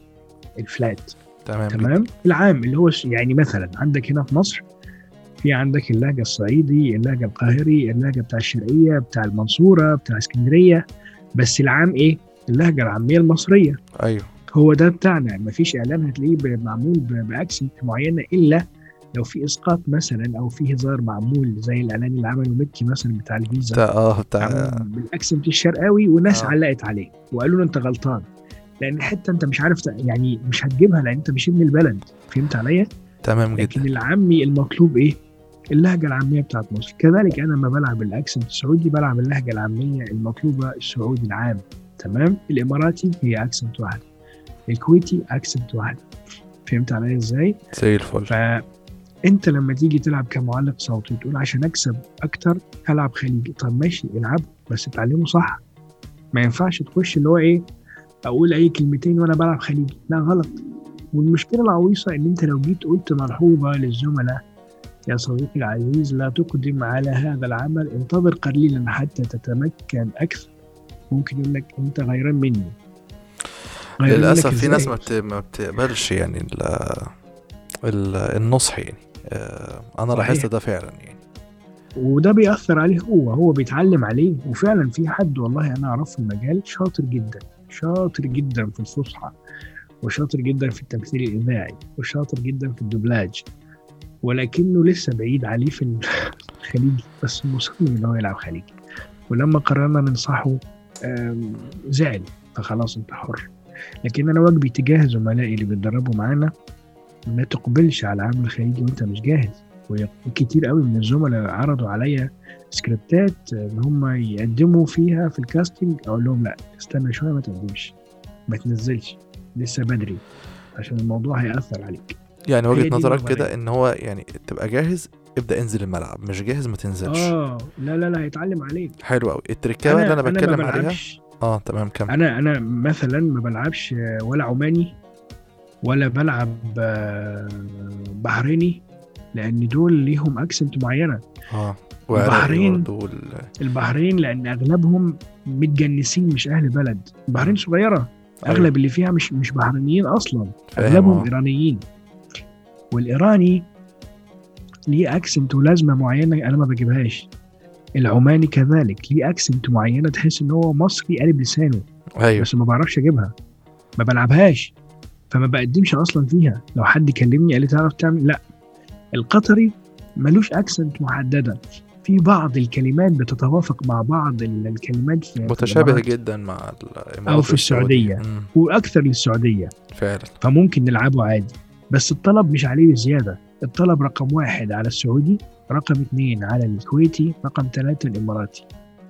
الفلات، تمام تمام. جدا. العام اللي هو ش- يعني مثلا عندك هنا في مصر في عندك اللهجه الصعيدي، اللهجه القاهري، اللهجه بتاع الشرقيه، بتاع المنصوره، بتاع اسكندريه، بس العام ايه؟ اللهجه العاميه المصريه. ايوه هو ده بتاعنا. مفيش اعلان هتلاقيه ب- معمول ب- باكسنت معينه الا لو في اسقاط مثلا او في هزار معمول زي الاعلان اللي عمله مكي مثلا بتاع الفيزا، بتاع اه بتاع معمول بالاكسنت الشرقاوي وناس آه. علقت عليه وقالوا له انت غلطان، لان حتى انت مش عارف ت- يعني مش هتجيبها لان انت مش ابن البلد. فهمت عليا؟ تمام لكن جدا. العامي المطلوب ايه؟ اللهجه العاميه بتاعت مصر. كذلك انا لما بلعب الاكسنت السعودي بلعب اللهجه العاميه المطلوبه السعودي العام، تمام. الاماراتي هي اكسنت واحد، الكويتي اكسنت واحد. فهمت عليا ازاي؟ زي الفل. فانت لما تيجي تلعب كمعلق صوتي تقول عشان اكسب اكتر العب خليجي، طب ماشي العبه بس اتعلمه صح. ما ينفعش تخش اللي هو ايه اقول اي كلمتين وانا بلعب خليجي، لا غلط. والمشكله العويصه ان انت لو جيت قلت ملحوظه للزملاء يا صديقي العزيز لا تقدم على هذا العمل، انتظر قليلا حتى تتمكن اكثر، ممكن يقول لك انت غيران مني. غيران منك للاسف في ناس إزاي؟ ما بت- ما بتقبلش يعني ال ال النصح يعني. آه، انا صحيح. لاحظت ده فعلا يعني. وده بيأثر عليه، هو هو بيتعلم عليه. وفعلا في حد والله انا اعرفه في المجال شاطر جدا، شاطر جدا في الفصحى، وشاطر جدا في التمثيل الاذاعي، وشاطر جدا في الدبلاج، ولكنه لسه بعيد عليه في الخليجي، بس مصمم ان هو يلعب خليجي. ولما قررنا ننصحه آم، زعل، فخلاص انت حر. لكن انا واجبي تجاه زملائي اللي بيتدربوا معانا ما تقبلش على عمل خليجي وانت مش جاهز. وكتير قوي من الزملاء عرضوا عليا سكريبتات ان هم يقدموا فيها في الكاستنج، اقول لهم لا استنى شويه، ما تقدمش، ما تنزلش، لسه بدري عشان الموضوع هيأثر عليك. يعني هي وجهة دي نظرك النظرية. كده ان هو يعني تبقى جاهز ابدأ انزل الملعب، مش جاهز ما تنزلش. اه لا لا لا هيتعلم عليك. حلو قوي. التركية بقى اللي انا انا ما بتكلم عليها. بلعبش، اه تمام كم. انا انا مثلا ما بلعبش ولا عماني ولا بلعب آه، بحريني، لان دول ليهم اكسنت معينه. اه البحرين- دول. البحرين لان اغلبهم متجنسين مش اهل بلد. البحرين صغيره، اغلب اللي فيها مش مش بحرينيين اصلا، اغلبهم آه. ايرانيين. والايراني ليه اكسنت ولازمه معينه انا ما بجيبهاش. العماني كذلك ليه اكسنت معينه تحس ان هو مصري قلب لسانه، ايوه بس ما بعرفش اجيبها، ما بلعبهاش، فما بقدمش اصلا فيها. لو حد كلمني قال لي تعرف تعمل، لا. القطري ملوش اكسنت محدده، في بعض الكلمات بتتوافق مع بعض الكلمات في متشابه الإمارات جدا مع الامارات أو في السعودية. مم. واكثر للسعوديه، فعلا. فممكن نلعبه عادي. بس الطلب مش عليه بزياده، الطلب رقم واحد على السعودي، رقم اثنين على الكويتي، رقم ثلاثة الاماراتي.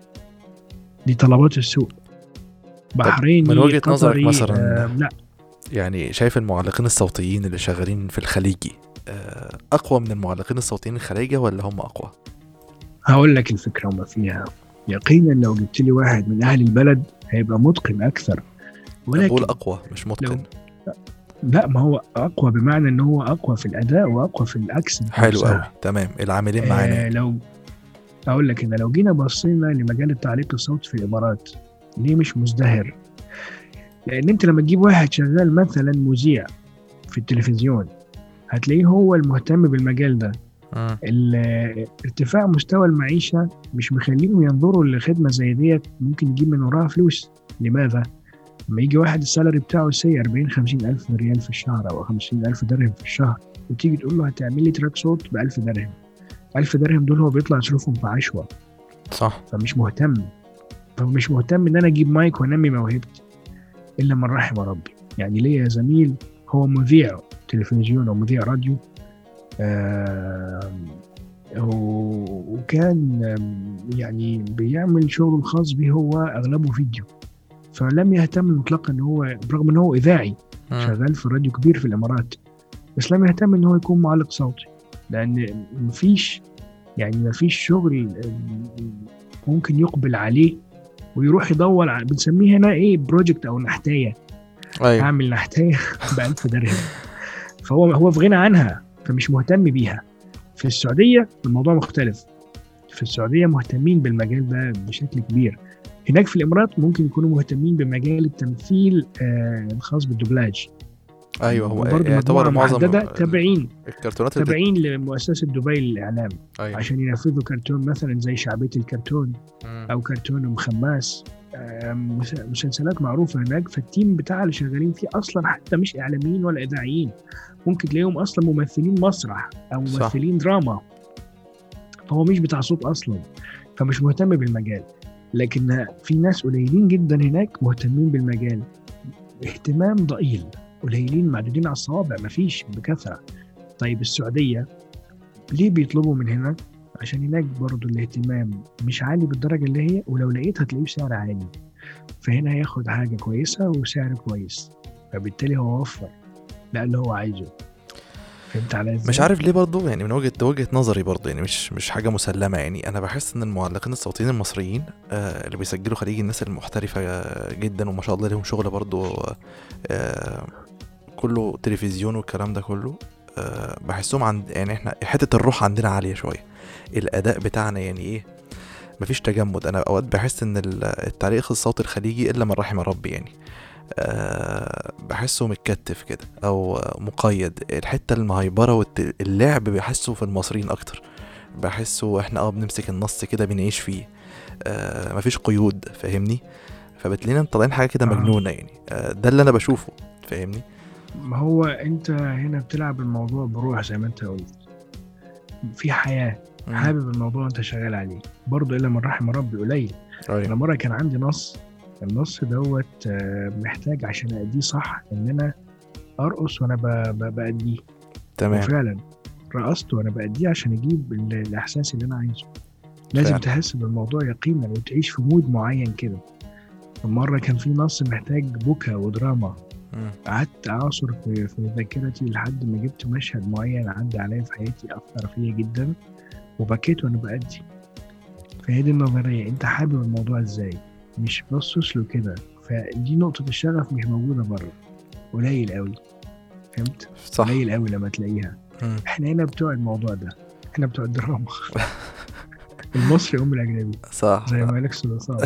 دي طلبات السوق. بحريني من وجهة قطري، نظرك مثلاً، آه لا يعني شايف المعلقين الصوتيين اللي شغالين في الخليجي آه، اقوى من المعلقين الصوتيين الخليجي ولا هم اقوى؟ هقول لك الفكره وما فيها. يقينا لو جبت لي واحد من اهل البلد هيبقى متقن اكثر، بقول ولكن اقوى مش متقن. لا، ما هو اقوى بمعنى ان هو اقوى في الاداء واقوى في الاكسنت. حلو قوي تمام. العاملين معانا آه لو اقول لك ان لو جينا بصينا لمجال التعليق الصوتي في الامارات ليه مش مزدهر؟ لان انت لما تجيب واحد شغال مثلا مذيع في التلفزيون هتلاقيه هو المهتم بالمجال ده. مم. ارتفاع مستوى المعيشة مش مخليهم ينظروا لخدمة زي ديت ممكن يجيب من وراها فلوس. لماذا؟ لما يجي واحد السالري بتاعه سي أربعين خمسين ألف ريال في الشهر أو خمسين ألف درهم في الشهر وتيجي تقول له هتعمل لي تراك صوت بألف درهم. ألف درهم دول هو بيطلع يصرفهم في عشوة. صح. فمش مهتم فمش مهتم ان انا اجيب مايك وانمي موهبتي الا من رحم ربي. يعني ليا زميل هو مذيع تلفزيون او مذيع راديو، آه وكان يعني بيعمل شغل الخاص به هو اغلبه فيديو، فلم يهتم مطلقا ان هو برغم ان هو اذاعي شغال في راديو كبير في الامارات، بس لم يهتم ان هو يكون معلق صوتي، لان مفيش يعني مفيش شغل ممكن يقبل عليه ويروح يدور على بنسميه هنا ايه بروجكت او نحتايه. أيوة. اعمل نحتايه بألف درهم، فهو هو في غنى عنها فمش مهتم بيها. في السعوديه الموضوع مختلف، في السعوديه مهتمين بالمجال ده بشكل كبير. هناك في الامارات ممكن يكونوا مهتمين بمجال التمثيل آه الخاص بالدوبلاج. ايوه هو يعتبر معظم تابعين الكرتونات تابعين لمؤسسه دبي للاعلام. أيوة. عشان ينفذوا كرتون مثلا زي شعبيه الكرتون مم. او كرتون ام خماس، مسلسلات معروفه هناك. فالتيم بتاع اللي شغالين فيه اصلا حتى مش اعلاميين ولا اذاعيين، ممكن تلاقيهم اصلا ممثلين مسرح او ممثلين صح. دراما، فهو مش بتاع صوت اصلا، فمش مهتم بالمجال. لكن في ناس قليلين جدا هناك مهتمين بالمجال، اهتمام ضئيل، قليلين معدودين على الصوابع، مفيش بكثرة. طيب السعودية ليه بيطلبوا من هنا؟ عشان هناك برضو الاهتمام مش عالي بالدرجة اللي هي، ولو لقيت هتلاقيه بسعر عالي، فهنا هياخد حاجة كويسة وسعر كويس، فبالتالي هو وفر لا اللي هو عايزه. فهمت على ازاي؟ مش عارف ليه برضو، يعني من وجهة وجهة نظري برضو، يعني مش مش حاجة مسلمة. يعني انا بحس ان المعلقين الصوتيين المصريين آه اللي بيسجلوا خليج، الناس المحترفة جدا وما شاء الله لهم شغل برضو آه كله تلفزيون والكلام ده كله، أه بحسهم عند يعني احنا حتة الروح عندنا عالية شوية، الاداء بتاعنا يعني ايه مفيش تجمد. انا اوقات بحس ان التعليق الصوتي الخليجي الا من رحم ربي، يعني أه بحسه متكتف كده او مقيد. الحتة المهيبرة واللعب بحسه في المصريين اكتر، بحسه احنا اه بنمسك النص كده بنعيش فيه، أه مفيش قيود، فاهمني؟ فبتلاقينا مطلعين حاجة كده مجنونة، يعني أه ده اللي انا بشوفه، فاهمني؟ ما هو انت هنا بتلعب الموضوع بروح زي ما انت قلت، في حياة، حابب الموضوع انت شغال عليه برضو، الا من رحم ربي قليل. أيوة. انا مرة كان عندي نص، النص دوت محتاج عشان اديه صح ان انا ارقص وانا بأديه. تمام. وفعلا رقصت وانا بأديه عشان اجيب الاحساس اللي انا عايزه. لازم فعلا تحس بالموضوع يقينا وتعيش في مود معين كده. مرة كان في نص محتاج بكا ودراما، قعدت أعصر في, في ذاكرتي لحد ما جبت مشهد معين عدى عليا في حياتي أثر فيا جدا وبكيت وأنا بأدي. فهي دي النظرية، أنت حابب الموضوع إزاي، مش بصص له كده. فدي نقطة الشغف مش موجودة برا، قليل قوي، فهمت؟ صح. قليل قوي لما تلاقيها. م. إحنا هنا بتوع الموضوع ده، إحنا بتوع الدراما. المصري أم الأجنبي، صح، زي ما قالك سلطان.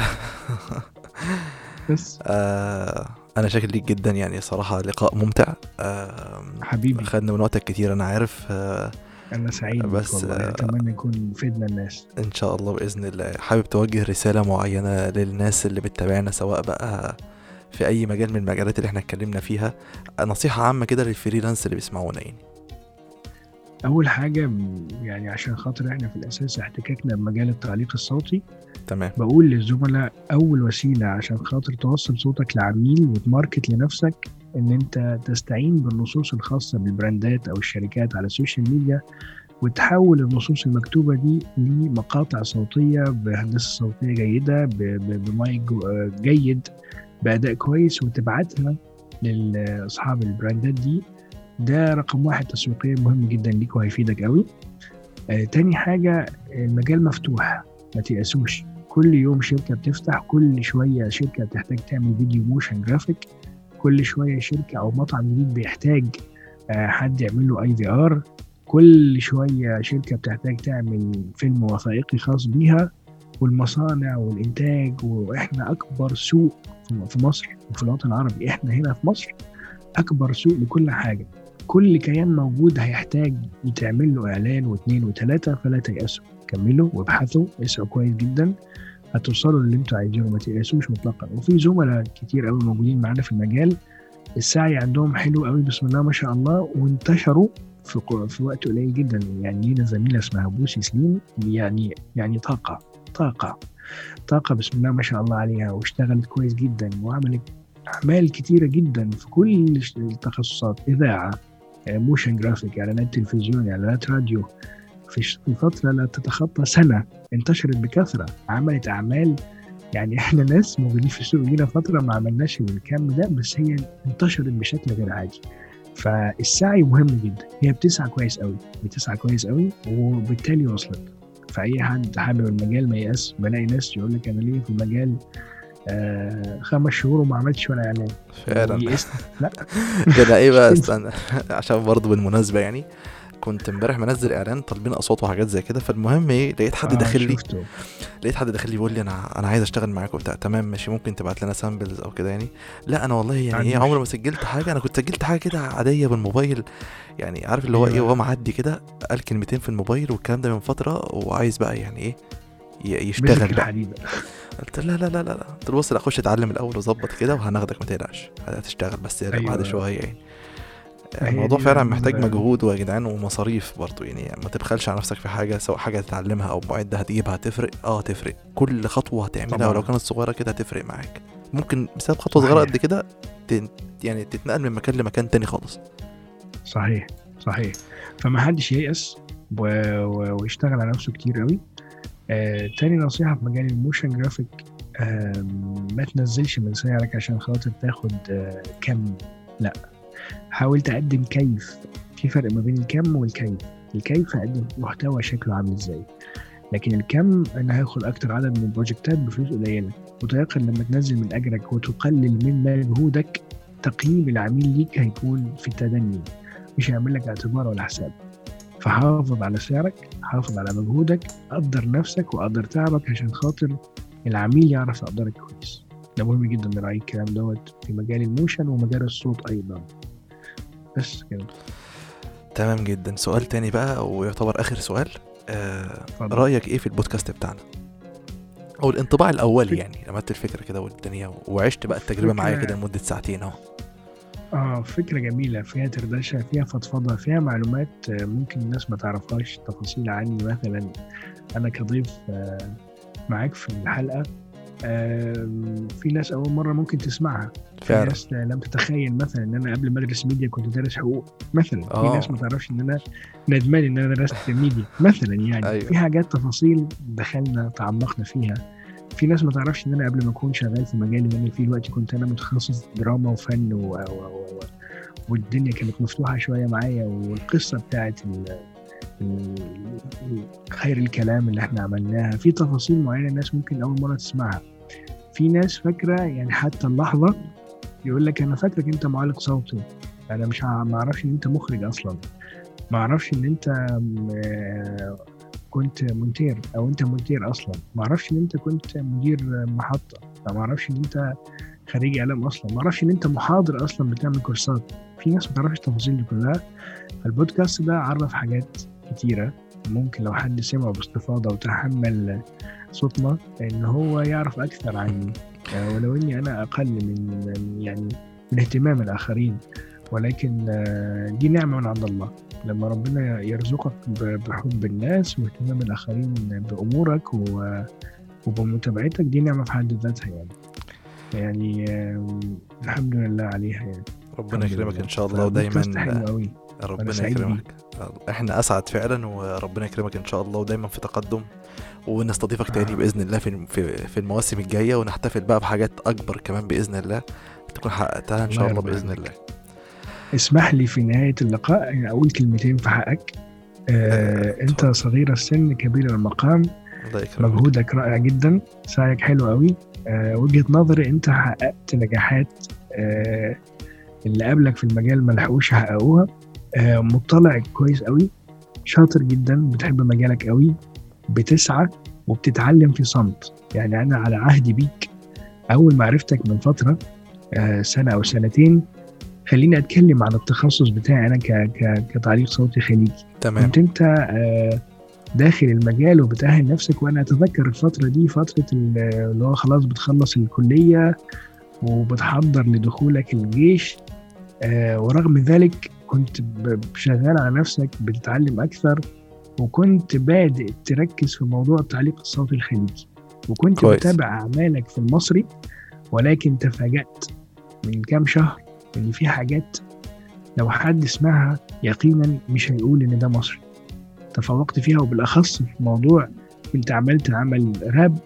بس آه انا شاكر ليك جدا، يعني صراحه لقاء ممتع آه حبيبي، خدنا من وقتك كتير انا عارف. آه انا سعيد بس والله، آه اتمنى نكون فدنا الناس ان شاء الله باذن الله. حابب توجه رساله معينه للناس اللي بتتابعنا سواء بقى في اي مجال من المجالات اللي احنا اتكلمنا فيها، نصيحه عامه كده للفريلانس اللي بيسمعونا؟ يعني اول حاجه يعني عشان خاطر احنا في الاساس احتكاكنا بمجال التعليق الصوتي، تمام، بقول للزملاء اول وسيله عشان خاطر توصل صوتك لعميل وتماركت لنفسك ان انت تستعين بالنصوص الخاصه بالبراندات او الشركات على السوشيال ميديا، وتحول النصوص المكتوبه دي لمقاطع صوتيه بهندسه صوتيه جيده، بمايك جيد، باداء كويس، وتبعتها لاصحاب البراندات دي. ده رقم واحد تسويقيا مهم جدا ليك وهيفيدك قوي. آه، تاني حاجة المجال مفتوح، ما تيأسوش، كل يوم شركة بتفتح، كل شوية شركة بتحتاج تعمل فيديو موشن جرافيك، كل شوية شركة أو مطعم جديد بيحتاج آه حد يعمل له اي في ار، كل شوية شركة بتحتاج تعمل فيلم وثائقي خاص بيها، والمصانع والإنتاج. وإحنا أكبر سوق في مصر وفي الوطن العربي، إحنا هنا في مصر أكبر سوق لكل حاجة. كل كيان موجود هيحتاج يتعمل له إعلان واثنين وثلاثة، فلا تيأسوا، كملوا وابحثوا، اسعوا كويس جدا، هتوصلوا اللي انتوا عايزينه، ما تيأسوش مطلقا. وفي زملاء كتير قوي موجودين معانا في المجال، السعي عندهم حلو قوي بسم الله ما شاء الله، وانتشروا في, في وقت قليل جدا. يعني لينا زميلة اسمها بوسي سليم، يعني يعني طاقة طاقة طاقة بسم الله ما شاء الله عليها، واشتغلت كويس جدا وعملت أعمال كتيرة جدا في كل التخصصات، إذاعة، موشن جرافيك، إعلانات تلفزيون، إعلانات راديو. في فترة لا تتخطى سنة انتشرت بكثرة، عملت أعمال يعني إحنا ناس موجودين في السوق لينا فترة ما عملناش الكم ده، بس هي انتشرت بشكل غير عادي. فالسعي مهم جدا، هي بتسعى كويس قوي بتسعى كويس قوي وبالتالي وصلت. فأي حد حابب المجال ما يأس. بلاقي ناس يقول لك أنا ليه في المجال آه خمس شهور وما عملتش ولا إعلان فعلا. لا كده ايه بقى، استنى عشان برضو بالمناسبة يعني كنت امبارح منزل اعلان طالبين اصوات وحاجات زي كده. فالمهم ايه، لقيت حد آه داخل لي شفته. لقيت حد داخل لي بيقول لي انا انا عايز اشتغل معاك وبتاع. تمام ماشي، ممكن تبعت لنا سامبلز او كده يعني. لا انا والله يعني ايه، عمري ما سجلت حاجه، انا كنت سجلت حاجه كده عاديه بالموبايل يعني، عارف اللي هو ايه، وهو معدي كده قال كلمتين في الموبايل والكلام ده من فتره، وعايز بقى يعني ايه يشتغل بقى. قلت لا لا لا لا قلت له بص اخش اتعلم الاول وظبط كده وهناخدك ما تقلقش، هتشتغل بس يعني أيوة. بعد شويه يعني الموضوع فعلا محتاج مجهود يا جدعان ومصاريف برضو يعني. ما تبخلش على نفسك في حاجه، سواء حاجه تتعلمها او معده هتجيبها هتفرق. اه تفرق، كل خطوه هتعملها طبعا. ولو كانت صغيره كده هتفرق معاك. ممكن بسبب خطوه صغيره قد كده يعني تتنقل من مكان لمكان تاني خالص. صحيح صحيح. فما حدش ييأس ويشتغل على نفسه كتير قوي. آه، تاني نصيحة في مجال الموشن جرافيك، آه، ما تنزلش من سعرك عشان خاطر تاخد آه، كم. لا، حاول تقدم كيف. في فرق ما بين الكم والكيف. الكيف هقدم محتوى شكله عامل ازاي، لكن الكم انا هاخد اكتر عدد من البروجكتات بفلوس قليله. وتيقن لما تنزل من اجرك وتقلل من مجهودك، تقييم العميل ليك هيكون في التدني، مش هيعمل لك اعتبار ولا حساب. فحافظ على سعرك، حافظ على مجهودك، قدر نفسك وقدر تعبك عشان خاطر العميل يعرف يقدرك كويس. ده مهم جدا نراعي الكلام دوت في مجال الموشن ومجال الصوت ايضا. بس كده تمام جدا. سؤال تاني بقى ويعتبر اخر سؤال، آه رأيك ايه في البودكاست بتاعنا، او الانطباع الاولي يعني لما عملت الفكرة كده والدنيا وعشت بقى التجربة معايا كده لمدة ساعتين اهو؟ اه فكرة جميلة، فيها تردشة، فيها فضفضة، فيها معلومات ممكن الناس ما تعرفهاش، تفاصيل عني مثلا انا كضيف معاك في الحلقة. في ناس اول مرة ممكن تسمعها، في فعلا. ناس لم تتخيل مثلا ان انا قبل ما ادرس ميديا كنت دارس حقوق مثلا. أوه. في ناس ما تعرفش ان انا ندمان ان انا درست ميديا مثلا يعني. أيوة. في حاجات تفاصيل دخلنا تعمقنا فيها. في ناس ما تعرفش ان انا قبل ما اكون شغال في مجالي اللي انا فيه دلوقتي كنت انا متخصص دراما وفن و... و... و... والدنيا كانت مفتوحة شوية معايا. والقصة بتاعت ال... خير الكلام اللي احنا عملناها في تفاصيل معينة الناس ممكن اول مرة تسمعها. في ناس فاكرة يعني حتى اللحظة يقول لك انا فاكرك انت معلق صوتي، انا مش ما اعرفش ان انت مخرج اصلا، ما اعرفش ان انت كنت مونتير او انت مونتير اصلا، ما اعرفش ان انت كنت مدير محطة، ما اعرفش ان انت خريج اعلام اصلا، ما اعرفش ان انت محاضر اصلا بتعمل كورسات. في ناس ما تعرفش التفاصيل دي كلها. فالبودكاست ده عرف حاجات كتيرة ممكن لو حد سمعه باستفاضة وتحمل صوتنا ان هو يعرف اكثر عني، ولو اني انا اقل من يعني من اهتمام الاخرين، ولكن دي نعمة من عند الله. لما ربنا يرزقك بحب الناس واهتمام الاخرين بامورك وبمتابعتك، دي نعمة في حد ذاتها يعني. يعني الحمد لله عليها يعني. ربنا يكرمك ان شاء الله ودايما. ربنا يكرمك، احنا اسعد فعلا، وربنا يكرمك ان شاء الله ودايما في تقدم، ونستضيفك تاني آه. باذن الله في في المواسم الجايه، ونحتفل بقى بحاجات اكبر كمان باذن الله تكون حققتها ان شاء الله باذن الله. اسمح لي في نهايه اللقاء اقول كلمتين في حقك. آه انت صغير السن كبير المقام، مجهودك رائع جدا، سعيك حلو قوي. آه وجهه نظري انت حققت نجاحات آه اللي قبلك في المجال ما لحقوش يحققوها. آه مطلع كويس قوي، شاطر جدا، بتحب مجالك قوي، بتسعى وبتتعلم في صمت. يعني أنا على عهدي بيك أول ما عرفتك من فترة آه سنة أو سنتين، خليني أتكلم عن التخصص بتاعي أنا ك ك كتعليق صوتي خليجي. تمام. كنت أنت آه داخل المجال وبتأهل نفسك، وأنا أتذكر الفترة دي فترة اللي هو خلاص بتخلص الكلية وبتحضر لدخولك الجيش. آه ورغم ذلك كنت ب- شغال على نفسك بتتعلم أكثر، وكنت بادئ تركز في موضوع التعليق الصوتي الخليجي، وكنت كويس. بتابع أعمالك في المصري، ولكن تفاجأت من كام شهر إن في حاجات لو حد سمعها يقينا مش هيقول إن ده مصري. تفوقت فيها، وبالأخص في موضوع كنت عملت عمل راب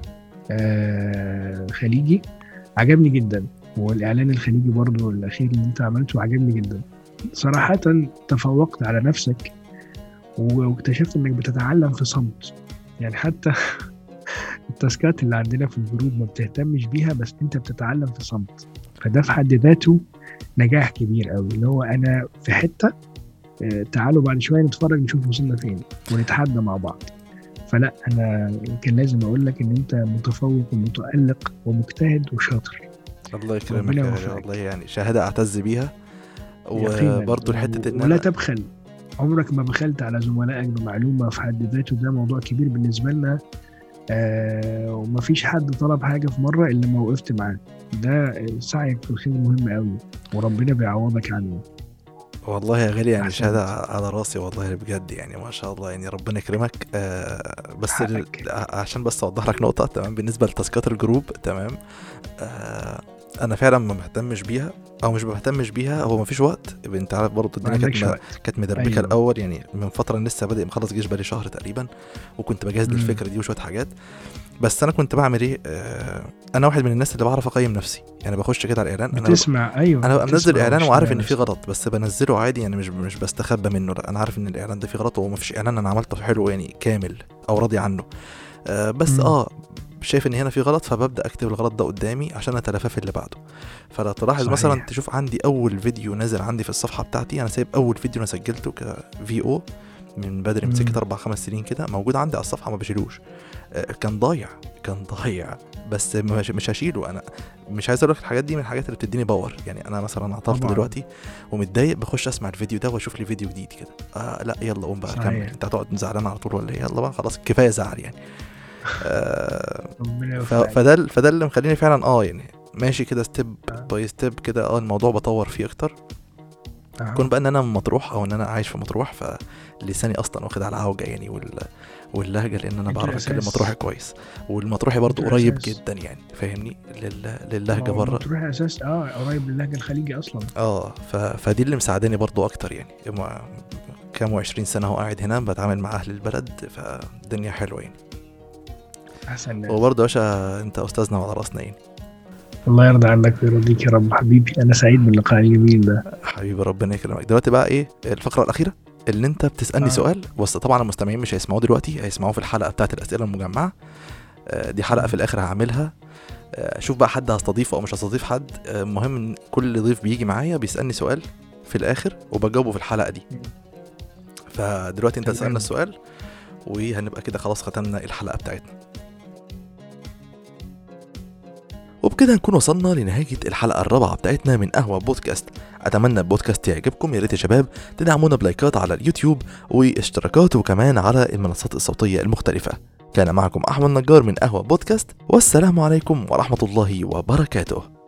آه خليجي عجبني جدا، والإعلان الخليجي برضو الأخير اللي أنت عملته عجبني جدا صراحة. تفوقت على نفسك واكتشفت إنك بتتعلم في صمت، يعني حتى التاسكات اللي عندنا في الجروب ما بتهتمش بيها، بس أنت بتتعلم في صمت، فده في حد ذاته نجاح كبير قوي. اللي هو أنا في حتة آه تعالوا بعد شوية نتفرج نشوف وصلنا فين ونتحدى مع بعض. فلا أنا كان لازم أقول لك إن أنت متفوق ومتألق ومجتهد وشاطر. الله يكرمك يا غالي، والله يعني شهادة أعتز بيها. وبرضو الحتة إن ولا تبخل، عمرك ما بخلت على زملائك بمعلومة، في حد ذاته ده موضوع كبير بالنسبة لنا. آه ومفيش حد طلب حاجة في مرة إلا ما وقفت معاه. ده سعيك في الخير مهم قوي، وربنا بيعوضك عنه. والله يا غالي يعني أحسنت. شهادة على راسي والله بجد، يعني ما شاء الله، يعني ربنا يكرمك. آه بس ال... عشان بس أوضح لك نقطة، تمام؟ بالنسبة لتاسكات الجروب، تمام، آه أنا فعلا ما بهتمش بيها، أو مش بهتمش بيها، هو ما فيش وقت. أنت عارف برضو الدنيا كانت م... كانت مدربكة. أيوة. الأول يعني من فترة لسه بادئ مخلص جيش بقالي شهر تقريبا، وكنت بجهز للفكرة دي وشوية حاجات. بس انا كنت بعمل ايه، آه انا واحد من الناس اللي بعرف اقيم نفسي، يعني بخش كده على الاعلان، انا بتسمع ايوه انا بنزل اعلان وعارف ان في غلط، بس بنزله عادي، يعني مش مش بستخبى منه، لا انا عارف ان الاعلان ده فيه غلط، وما فيش اعلان انا عملته حلو يعني كامل او راضي عنه. آه بس م. اه شايف ان هنا في غلط، فببدا اكتب الغلط ده قدامي عشان اتلافاه في اللي بعده. فلا تلاحظ صحيح. مثلا تشوف عندي اول فيديو نازل عندي في الصفحه بتاعتي، انا سايب اول فيديو انا سجلته كفي او من بدري مسكت اربع خمس سنين كده، موجود عندي على الصفحه ما بشيلوش. كان ضايع كان ضايع بس مش هشيله. انا مش عايز اقول لك الحاجات دي من الحاجات اللي بتديني باور. يعني انا مثلا عطلت دلوقتي ومتضايق، بخش اسمع الفيديو ده واشوف لي فيديو جديد كده، آه لا يلا قوم بقى كمل، انت هتقعد زعلان على طول ولا ايه؟ يلا بقى خلاص كفايه زعل يعني. آه فده فده اللي مخليني فعلا اه يعني ماشي كده ستيب باي ستيب كده، اه الموضوع بطور فيه اكتر. كون بقى ان انا مطروح او ان انا عايش في مطروح، فلساني اصلا واخد على عوجه يعني، وال واللهجه، لان انا بعرف اتكلم مطروحي كويس، والمطروحي برضو قريب أساس. جدا يعني فاهمني لل... للهجه بره. المطروحي اساس اه قريب للهجه الخليجي اصلا. اه ف... فدي اللي مساعداني برضو اكتر يعني. كام وعشرين سنه هو قاعد هنا بتعامل مع اهل البلد، فالدنيا حلوه يعني. احسن. وبرضو يا باشا انت استاذنا وعلى راسنا يعني. الله يرضى عنك ويرضيك يا رب حبيبي، انا سعيد باللقاء الجميل ده حبيبي، ربنا يكرمك. دلوقتي بقى ايه الفقره الاخيره اللي انت بتسالني آه. سؤال، بس طبعا المستمعين مش هيسمعوه دلوقتي، هيسمعوه في الحلقه بتاعه الاسئله المجمعه. آه دي حلقه في الاخر هعملها. آه شوف بقى حد هستضيفه او مش هستضيف حد، آه مهم ان كل ضيف بيجي معايا بيسالني سؤال في الاخر وبجاوبه في الحلقه دي. فدلوقتي انت تسالنا السؤال وهنبقى كده خلاص ختمنا الحلقه بتاعتنا. وبكده نكون وصلنا لنهاية الحلقة الرابعة بتاعتنا من قهوة بودكاست. أتمنى البودكاست يعجبكم، يا ريت يا شباب تدعمونا بلايكات على اليوتيوب واشتراكات وكمان على المنصات الصوتية المختلفة. كان معكم أحمد نجار من قهوة بودكاست، والسلام عليكم ورحمة الله وبركاته.